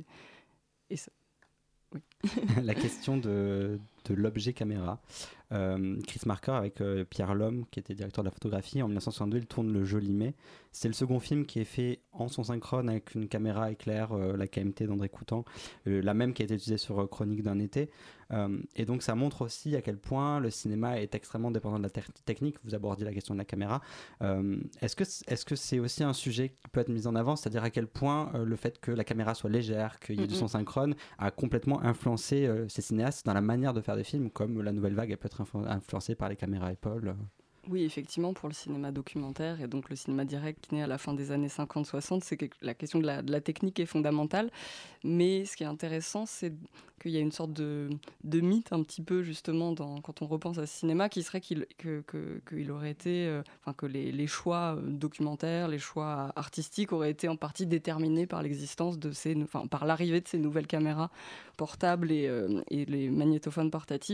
Et ça... Oui.
La question de, de l'objet caméra. Euh, Chris Marker avec euh, Pierre Lhomme, qui était directeur de la photographie, en dix-neuf cent soixante-deux, il tourne Le Joli Mai. C'est le second film qui est fait en son synchrone avec une caméra éclair, euh, la K M T d'André Coutan, euh, la même qui a été utilisée sur euh, Chronique d'un été. Euh, et donc ça montre aussi à quel point le cinéma est extrêmement dépendant de la te- technique. Vous abordiez la question de la caméra. Euh, est-ce que, est-ce que c'est aussi un sujet qui peut être mis en avant, c'est-à-dire à quel point euh, le fait que la caméra soit légère, qu'il y ait mm-hmm. du son synchrone, a complètement influencé euh, ces cinéastes dans la manière de faire des films, comme la nouvelle vague elle peut être influ- influencée par les caméras épaules.
Oui, effectivement, pour le cinéma documentaire et donc le cinéma direct qui naît à la fin des années cinquante soixante, c'est que la question de la, de la technique est fondamentale. Mais ce qui est intéressant, c'est qu'il y a une sorte de, de mythe un petit peu, justement, dans, quand on repense à ce cinéma, qui serait qu'il, que, que, qu'il aurait été, euh, enfin, que les, les choix documentaires, les choix artistiques auraient été en partie déterminés par l'existence de ces, enfin, par l'arrivée de ces nouvelles caméras portables et, euh, et les magnétophones portatifs.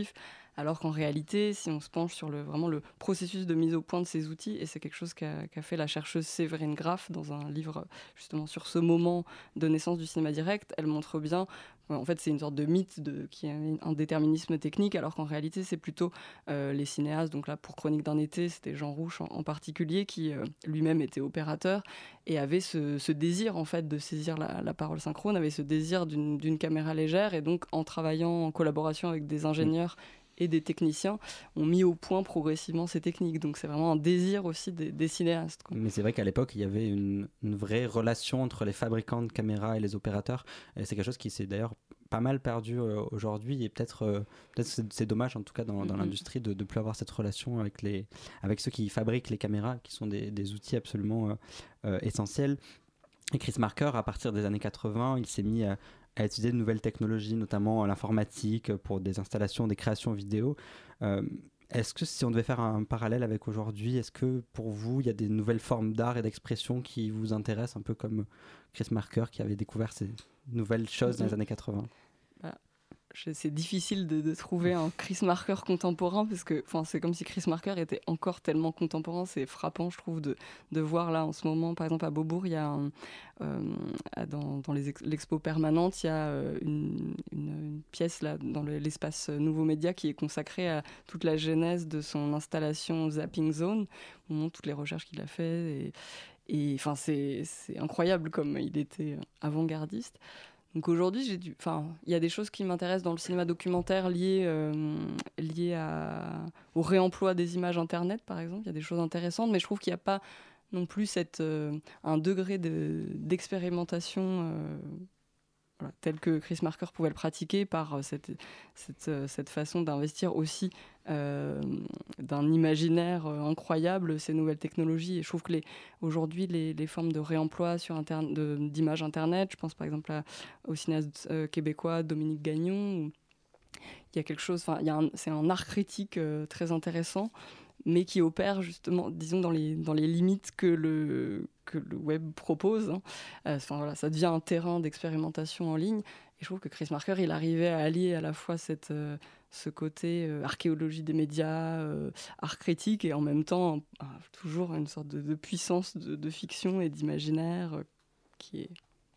Alors qu'en réalité, si on se penche sur le, vraiment le processus de mise au point de ces outils, et c'est quelque chose qu'a, qu'a fait la chercheuse Séverine Graff dans un livre justement sur ce moment de naissance du cinéma direct, elle montre bien, en fait c'est une sorte de mythe de, qui a un déterminisme technique, alors qu'en réalité c'est plutôt euh, les cinéastes, donc là pour Chronique d'un été, c'était Jean Rouch en, en particulier, qui euh, lui-même était opérateur et avait ce, ce désir en fait de saisir la, la parole synchrone, avait ce désir d'une, d'une caméra légère, et donc en travaillant en collaboration avec des ingénieurs et des techniciens, ont mis au point progressivement ces techniques. Donc c'est vraiment un désir aussi des, des cinéastes, quoi.
Mais c'est vrai qu'à l'époque, il y avait une, une vraie relation entre les fabricants de caméras et les opérateurs. Et c'est quelque chose qui s'est d'ailleurs pas mal perdu euh, aujourd'hui. Et peut-être, euh, peut-être c'est, c'est dommage, en tout cas, dans, dans mm-hmm. l'industrie, de ne plus avoir cette relation avec, les, avec ceux qui fabriquent les caméras, qui sont des, des outils absolument euh, euh, essentiels. Et Chris Marker, à partir des années quatre-vingts, il s'est mis à à utiliser de nouvelles technologies, notamment l'informatique, pour des installations, des créations vidéo. Euh, est-ce que si on devait faire un parallèle avec aujourd'hui, est-ce que pour vous, il y a des nouvelles formes d'art et d'expression qui vous intéressent, un peu comme Chris Marker qui avait découvert ces nouvelles choses dans les années quatre-vingts?
Bah, c'est difficile de, de trouver un Chris Marker contemporain, parce que c'est comme si Chris Marker était encore tellement contemporain. C'est frappant, je trouve, de, de voir là en ce moment, par exemple à Beaubourg, il y a un, euh, dans, dans les ex, l'expo permanente, il y a une, une, une pièce là, dans le, l'espace Nouveaux Médias qui est consacrée à toute la genèse de son installation Zapping Zone, où on montre toutes les recherches qu'il a faites. Et, et c'est, c'est incroyable comme il était avant-gardiste. Donc aujourd'hui, j'ai dû, enfin, il y a des choses qui m'intéressent dans le cinéma documentaire liées, euh, liées à, au réemploi des images Internet, par exemple. Il y a des choses intéressantes, mais je trouve qu'il n'y a pas non plus cette, euh, un degré de, d'expérimentation euh, voilà, tel que Chris Marker pouvait le pratiquer par cette, cette, cette façon d'investir aussi euh, d'un imaginaire incroyable ces nouvelles technologies. Et je trouve que les, aujourd'hui, les, les formes de réemploi sur interne, de, d'images Internet, je pense par exemple à, au cinéaste euh, québécois Dominique Gagnon, où il y a quelque chose, il y a un, c'est un art critique euh, très intéressant, mais qui opère justement, disons, dans les, dans les limites que le, que le web propose. Hein. Euh, voilà, ça devient un terrain d'expérimentation en ligne. Et je trouve que Chris Marker, il arrivait à allier à la fois cette, euh, ce côté euh, archéologie des médias, euh, art critique, et en même temps, euh, toujours une sorte de, de puissance de, de fiction et d'imaginaire euh, qui est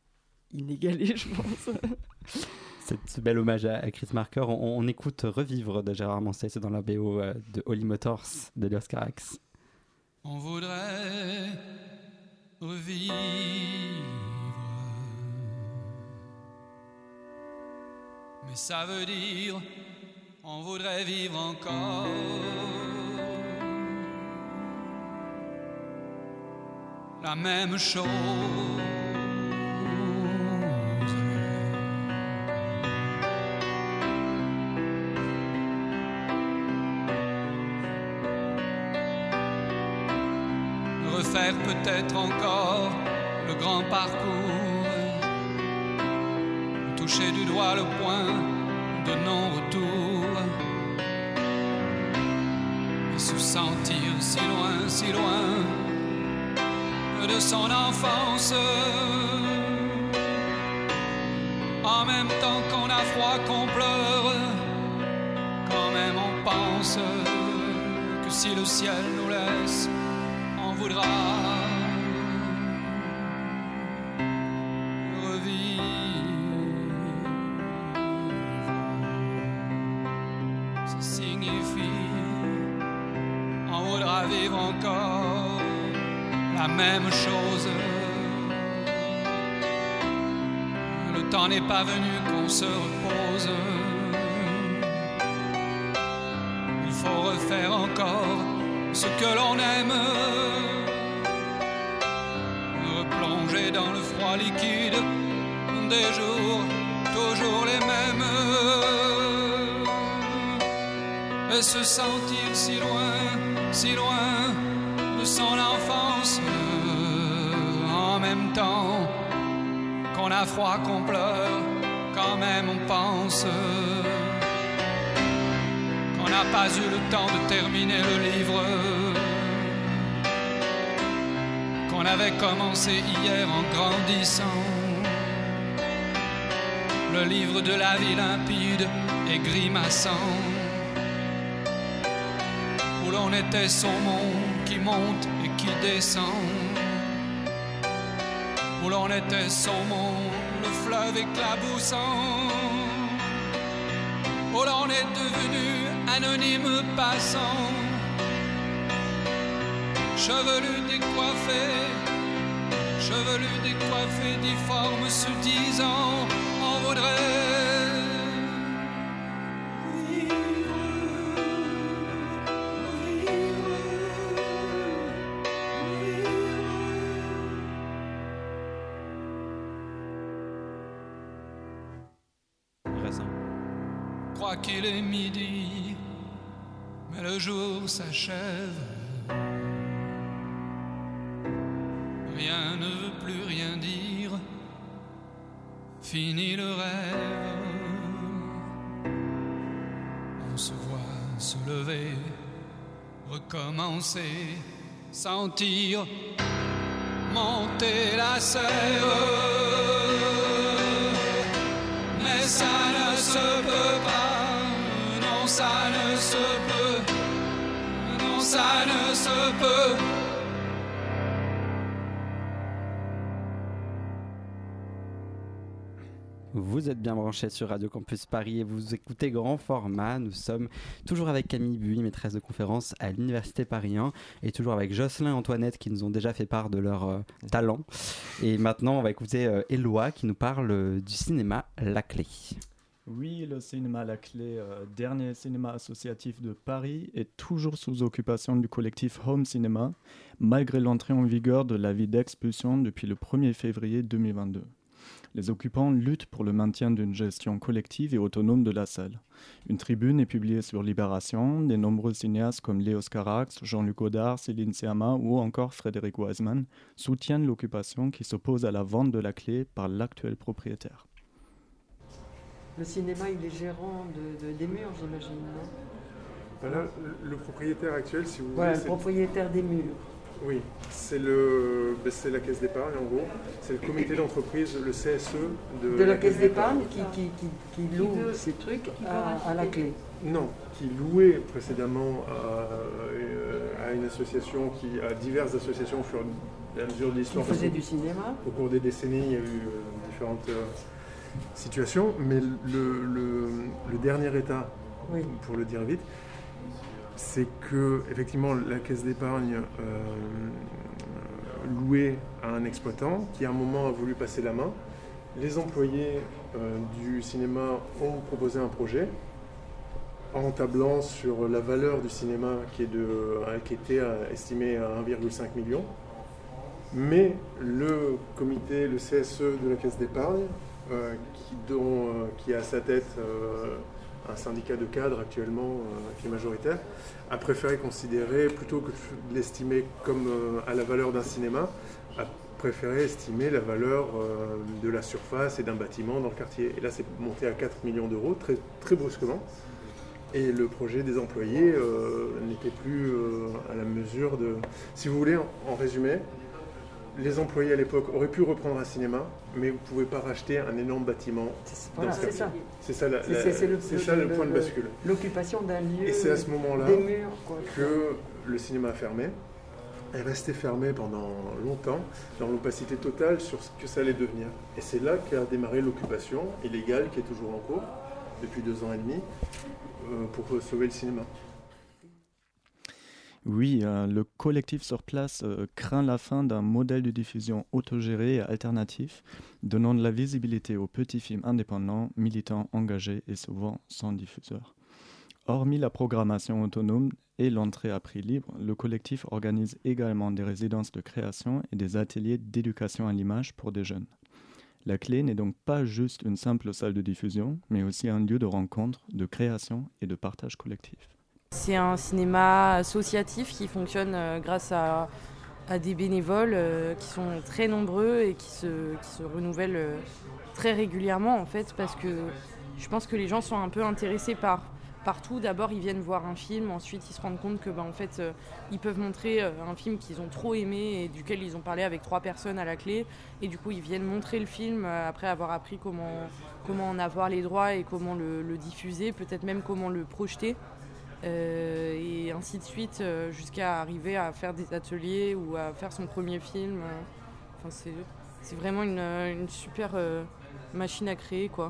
inégalée, je pense.
C'est ce bel hommage à, à Chris Marker. On, on écoute Revivre de Gérard Manset, c'est dans la B O euh, de Holly Motors de Léos Carax.
On voudrait revivre, mais ça veut dire on voudrait vivre encore. La même chose. Refaire peut-être encore le grand parcours, toucher du doigt le point de non-retour, et se sentir si loin, si loin de son enfance. En même temps qu'on a froid, qu'on pleure, quand même on pense que si le ciel nous laisse, on voudra revivre. Ça signifie on voudra vivre encore la même chose. Le temps n'est pas venu qu'on se repose. Il faut refaire encore ce que l'on aime, replonger dans le froid liquide des jours toujours les mêmes, et se sentir si loin, si loin de son enfance, en même temps qu'on a froid, qu'on pleure, quand même on pense qu'on n'a pas eu le temps de terminer le livre qu'on avait commencé hier en grandissant, le livre de la vie limpide et grimaçant. l'on était son monde qui monte et qui descend, où l'on était son monde, le fleuve éclaboussant, où l'on est devenu anonyme passant, chevelu décoiffé, chevelu décoiffé, difforme se disant, on voudrait qu'il est midi, mais le jour s'achève. Rien ne veut plus rien dire, fini le rêve. On se voit se lever, recommencer, sentir monter la sève. Mais ça ne se peut pas. Non, ça ne se peut, non, ça ne se peut.
Vous êtes bien branchés sur Radio Campus Paris et vous écoutez Grand Format. Nous sommes toujours avec Camille Buis, maîtresse de conférence à l'Université Paris un, et toujours avec Jocelyn et Antoinette qui nous ont déjà fait part de leur euh, talent. Et maintenant, on va écouter euh, Éloi qui nous parle euh, du cinéma La Clé.
Oui, le cinéma La Clé, euh, dernier cinéma associatif de Paris, est toujours sous occupation du collectif Home Cinéma, malgré l'entrée en vigueur de l'avis d'expulsion depuis le premier février deux mille vingt-deux. Les occupants luttent pour le maintien d'une gestion collective et autonome de la salle. Une tribune est publiée sur Libération. Des nombreux cinéastes comme Léos Carax, Jean-Luc Godard, Céline Sciamma ou encore Frédéric Wiseman soutiennent l'occupation qui s'oppose à la vente de La Clé par l'actuel propriétaire.
Le cinéma, il est gérant de, de, des murs, j'imagine, non ?
Ben là, le, le propriétaire actuel, si vous
voilà,
voulez...
le propriétaire des murs.
Oui, c'est, le, ben c'est la caisse d'épargne, en gros. C'est le comité d'entreprise, le C S E de,
de la, la caisse d'épargne, d'épargne qui, qui, qui, qui loue qui ces trucs à, à La Clé.
Non, qui louait précédemment à, à une association, qui, à diverses associations au fur et à mesure de l'histoire.
Qui faisait du cinéma.
Au cours des décennies, il y a eu euh, différentes... Euh, situation, mais le, le, le dernier état, oui. pour le dire vite, c'est que effectivement la caisse d'épargne euh, louait à un exploitant qui à un moment a voulu passer la main. Les employés euh, du cinéma ont proposé un projet en tablant sur la valeur du cinéma qui, est de, euh, qui était euh, estimée à un virgule cinq million. Mais le comité, le C S E de la caisse d'épargne, Euh, qui, dont, euh, qui a à sa tête euh, un syndicat de cadres actuellement euh, qui est majoritaire, a préféré considérer, plutôt que de l'estimer comme euh, à la valeur d'un cinéma, a préféré estimer la valeur euh, de la surface et d'un bâtiment dans le quartier. Et là, c'est monté à quatre millions d'euros, très, très brusquement. Et le projet des employés euh, n'était plus euh, à la mesure de... Si vous voulez, en, en résumé, les employés à l'époque auraient pu reprendre un cinéma, mais vous ne pouvez pas racheter un énorme bâtiment.
Voilà,
dans ce
c'est ça.
C'est ça, la, la,
c'est, c'est le,
c'est ça le, le point de bascule.
L'occupation d'un lieu,
et c'est à ce moment-là
des murs, quoi.
Que le cinéma a fermé, est resté fermé pendant longtemps, dans l'opacité totale sur ce que ça allait devenir. Et c'est là qu'a démarré l'occupation illégale, qui est toujours en cours, depuis deux ans et demi, euh, pour sauver le cinéma.
Oui, euh, le collectif sur place euh, craint la fin d'un modèle de diffusion autogéré et alternatif, donnant de la visibilité aux petits films indépendants, militants, engagés et souvent sans diffuseur. Hormis la programmation autonome et l'entrée à prix libre, le collectif organise également des résidences de création et des ateliers d'éducation à l'image pour des jeunes. La Clé n'est donc pas juste une simple salle de diffusion, mais aussi un lieu de rencontre, de création et de partage collectif.
C'est un cinéma associatif qui fonctionne euh, grâce à, à des bénévoles euh, qui sont très nombreux et qui se, qui se renouvellent euh, très régulièrement en fait, parce que je pense que les gens sont un peu intéressés par, par tout. D'abord ils viennent voir un film, ensuite ils se rendent compte que bah, en fait, euh, ils peuvent montrer euh, un film qu'ils ont trop aimé et duquel ils ont parlé avec trois personnes à La Clé, et du coup ils viennent montrer le film euh, après avoir appris comment, comment en avoir les droits et comment le, le diffuser, peut-être même comment le projeter. Euh, et ainsi de suite, euh, jusqu'à arriver à faire des ateliers ou à faire son premier film. Enfin, c'est, c'est vraiment une, une super euh, machine à créer, quoi.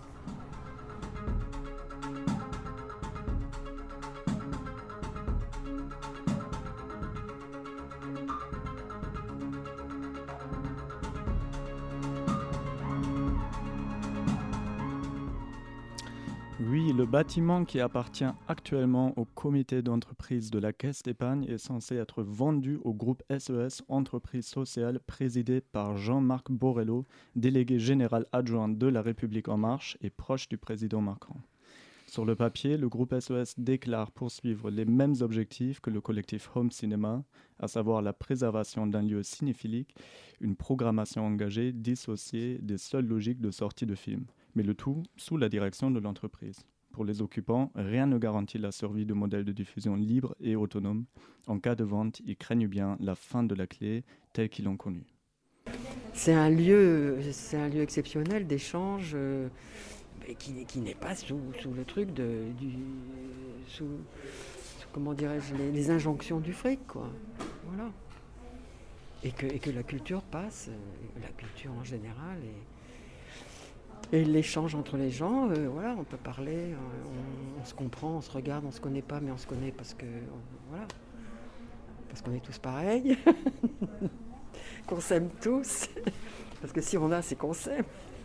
Oui, le bâtiment qui appartient actuellement au comité d'entreprise de la Caisse d'épargne est censé être vendu au groupe S E S Entreprise Sociale présidé par Jean-Marc Borrello, délégué général adjoint de La République En Marche et proche du président Macron. Sur le papier, le groupe S E S déclare poursuivre les mêmes objectifs que le collectif Home Cinéma, à savoir la préservation d'un lieu cinéphilique, une programmation engagée dissociée des seules logiques de sortie de films, mais le tout sous la direction de l'entreprise. Pour les occupants, rien ne garantit la survie de modèles de diffusion libres et autonomes. En cas de vente, ils craignent bien la fin de la clé telle qu'ils l'ont connue.
C'est un lieu, c'est un lieu exceptionnel d'échange euh, qui, qui n'est pas sous, sous le truc de, du, sous, sous comment dirais-je, les, les injonctions du fric, quoi. Voilà. Et que, et que la culture passe, la culture en général et Et l'échange entre les gens, euh, voilà, on peut parler, on, on se comprend, on se regarde, on ne se connaît pas, mais on se connaît parce que, on, voilà, parce qu'on est tous pareils, qu'on s'aime tous, parce que si on a, c'est qu'on s'aime.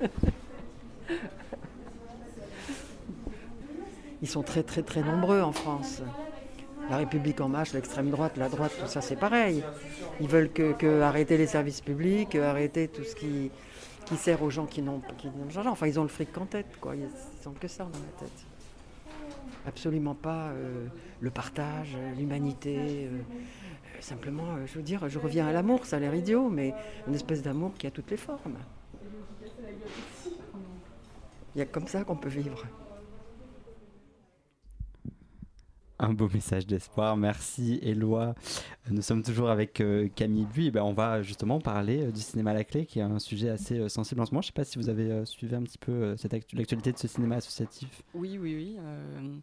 Ils sont très très très nombreux en France. La République En Marche, l'extrême droite, la droite, tout ça, c'est pareil. Ils veulent que, que arrêter les services publics, arrêter tout ce qui... qui sert aux gens qui n'ont qui n'ont pas. Enfin, ils ont le fric qu'en tête, quoi. Ils n'ont que ça dans la tête. Absolument pas euh, le partage, l'humanité. Euh, simplement, euh, je veux dire, je reviens à l'amour, ça a l'air idiot, mais une espèce d'amour qui a toutes les formes. Il y a comme ça qu'on peut vivre.
Un beau message d'espoir, merci Éloi. Nous sommes toujours avec euh, Camille Buis, et ben on va justement parler euh, du cinéma à la clé, qui est un sujet assez euh, sensible en ce moment. Je ne sais pas si vous avez euh, suivi un petit peu euh, cette actu- l'actualité de ce cinéma associatif.
Oui, oui, oui. Euh,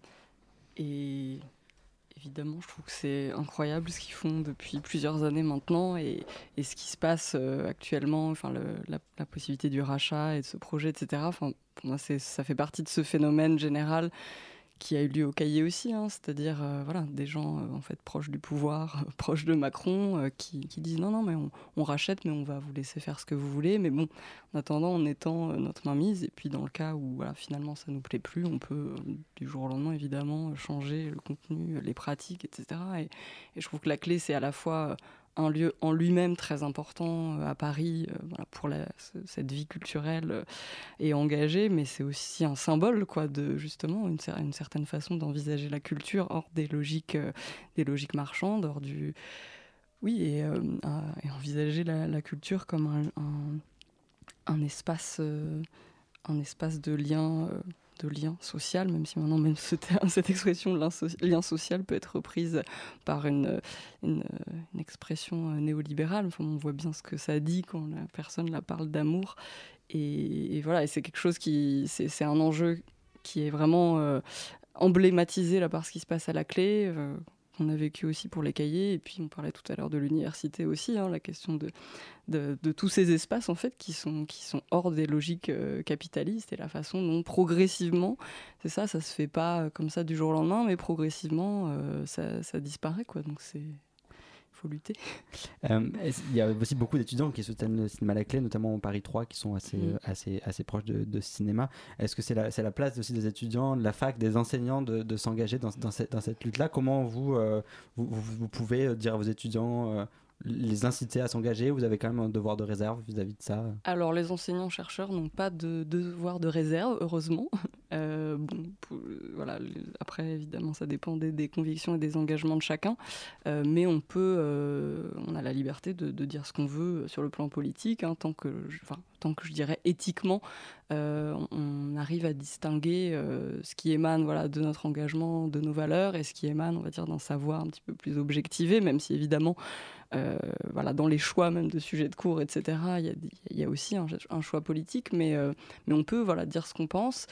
et évidemment, je trouve que c'est incroyable ce qu'ils font depuis plusieurs années maintenant et, et ce qui se passe euh, actuellement, enfin le, la, la possibilité du rachat et de ce projet, et cetera. Enfin, pour moi, c'est, ça fait partie de ce phénomène général qui a eu lieu au Caillé aussi, hein, c'est-à-dire euh, voilà, des gens euh, en fait proches du pouvoir, euh, proches de Macron, euh, qui, qui disent non, non, mais on, on rachète, mais on va vous laisser faire ce que vous voulez. Mais bon, en attendant, on étend euh, notre mainmise. Et puis dans le cas où voilà, finalement ça nous plaît plus, on peut euh, du jour au lendemain évidemment changer le contenu, les pratiques, et cetera. Et, et je trouve que la clé, c'est à la fois euh, un lieu en lui-même très important euh, à Paris, euh, voilà, pour la, ce, cette vie culturelle euh, et engagée, mais c'est aussi un symbole, quoi, de justement une, une certaine façon d'envisager la culture hors des logiques, euh, des logiques marchandes, hors du... Oui, et, euh, et envisager la, la culture comme un, un, un, espace, euh, un espace de lien... Euh, de lien social, même si maintenant même ce terme, cette expression lien, so- lien social peut être reprise par une, une, une expression néolibérale. Enfin, on voit bien ce que ça dit quand la personne la parle d'amour. Et, et voilà, et c'est quelque chose qui... C'est, c'est un enjeu qui est vraiment euh, emblématisé là, par ce qui se passe à la clé, euh, qu'on a vécu aussi pour les Cahiers. Et puis on parlait tout à l'heure de l'université aussi, hein, la question de, de, de tous ces espaces en fait, qui, sont, qui sont hors des logiques euh, capitalistes et la façon dont progressivement, c'est ça, ça se fait pas comme ça du jour au lendemain, mais progressivement euh, ça, ça disparaît, quoi. Donc c'est... faut lutter.
Euh, il y a aussi beaucoup d'étudiants qui soutiennent le cinéma à la clé, notamment au Paris trois, qui sont assez, mmh. assez, assez proches de, de ce cinéma. Est-ce que c'est la, c'est la place aussi des étudiants, de la fac, des enseignants de, de s'engager dans, dans, cette, dans cette lutte-là? Comment vous, euh, vous, vous, vous pouvez dire à vos étudiants, euh, les inciter à s'engager? Vous avez quand même un devoir de réserve vis-à-vis de ça? Alors,
les enseignants-chercheurs n'ont pas de, de devoir de réserve, heureusement. Euh, bon, pour, voilà, après, évidemment, ça dépend des, des convictions et des engagements de chacun. Euh, mais on peut, euh, on a la liberté de, de dire ce qu'on veut sur le plan politique, hein, tant que, enfin, tant que je dirais éthiquement, euh, on, on arrive à distinguer euh, ce qui émane, voilà, de notre engagement, de nos valeurs, et ce qui émane, on va dire, d'un savoir un petit peu plus objectivé, même si évidemment, euh, voilà, dans les choix même de sujets de cours, et cetera, il y a, y a aussi un, un choix politique, mais, euh, mais on peut, voilà, dire ce qu'on pense. Euh,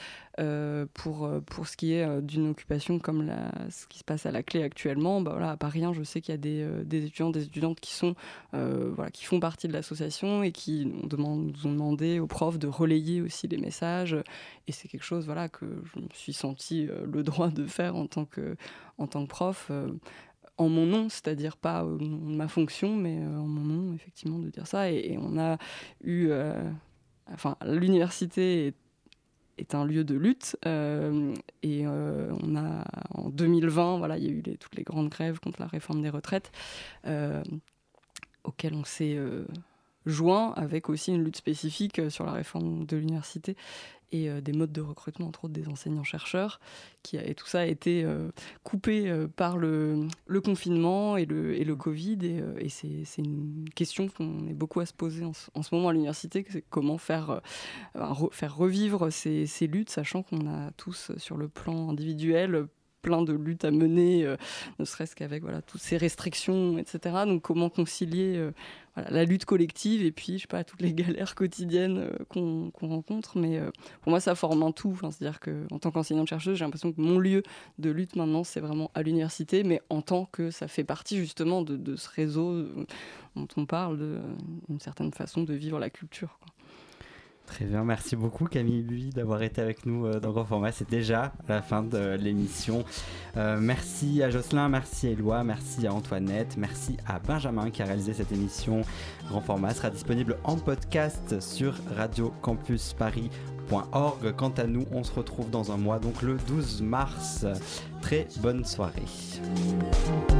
Euh, pour, pour ce qui est euh, d'une occupation comme la, ce qui se passe à la Clé actuellement, bah, voilà, à Paris, je sais qu'il y a des, euh, des étudiants, des étudiantes qui, sont, euh, voilà, qui font partie de l'association et qui nous, demandent, nous ont demandé aux profs de relayer aussi les messages. Et c'est quelque chose voilà, que je me suis senti euh, le droit de faire en tant que, en tant que prof. Euh, en mon nom, c'est-à-dire pas euh, ma fonction, mais euh, en mon nom, effectivement, de dire ça. Et, et on a eu... Euh, enfin, l'université est est un lieu de lutte euh, et euh, on a en deux mille vingt voilà il y a eu les, toutes les grandes grèves contre la réforme des retraites euh, auxquelles on s'est euh, joint avec aussi une lutte spécifique sur la réforme de l'université et euh, des modes de recrutement, entre autres des enseignants-chercheurs, qui a, et tout ça a été euh, coupé euh, par le, le confinement et le, et le Covid. Et, euh, et c'est, c'est une question qu'on est beaucoup à se poser en, en ce moment à l'université, c'est comment faire, euh, re, faire revivre ces, ces luttes, sachant qu'on a tous, sur le plan individuel, plein de luttes à mener, euh, ne serait-ce qu'avec voilà, toutes ces restrictions, et cetera. Donc comment concilier euh, voilà, la lutte collective et puis je sais pas, toutes les galères quotidiennes euh, qu'on, qu'on rencontre. Mais euh, pour moi, ça forme un tout. Enfin, c'est-à-dire qu'en tant qu'enseignante-chercheuse, j'ai l'impression que mon lieu de lutte maintenant, c'est vraiment à l'université, mais en tant que ça fait partie justement de, de ce réseau euh, dont on parle, de, d'une certaine façon de vivre la culture, quoi.
Très bien, merci beaucoup Camille Buis d'avoir été avec nous dans Grand Format. C'est déjà à la fin de l'émission. Euh, merci à Jocelyn, merci à Éloi, merci à Antoinette, merci à Benjamin qui a réalisé cette émission. Grand Format sera disponible en podcast sur radio campus paris point org. Quant à nous, on se retrouve dans un mois, donc le douze mars. Très bonne soirée.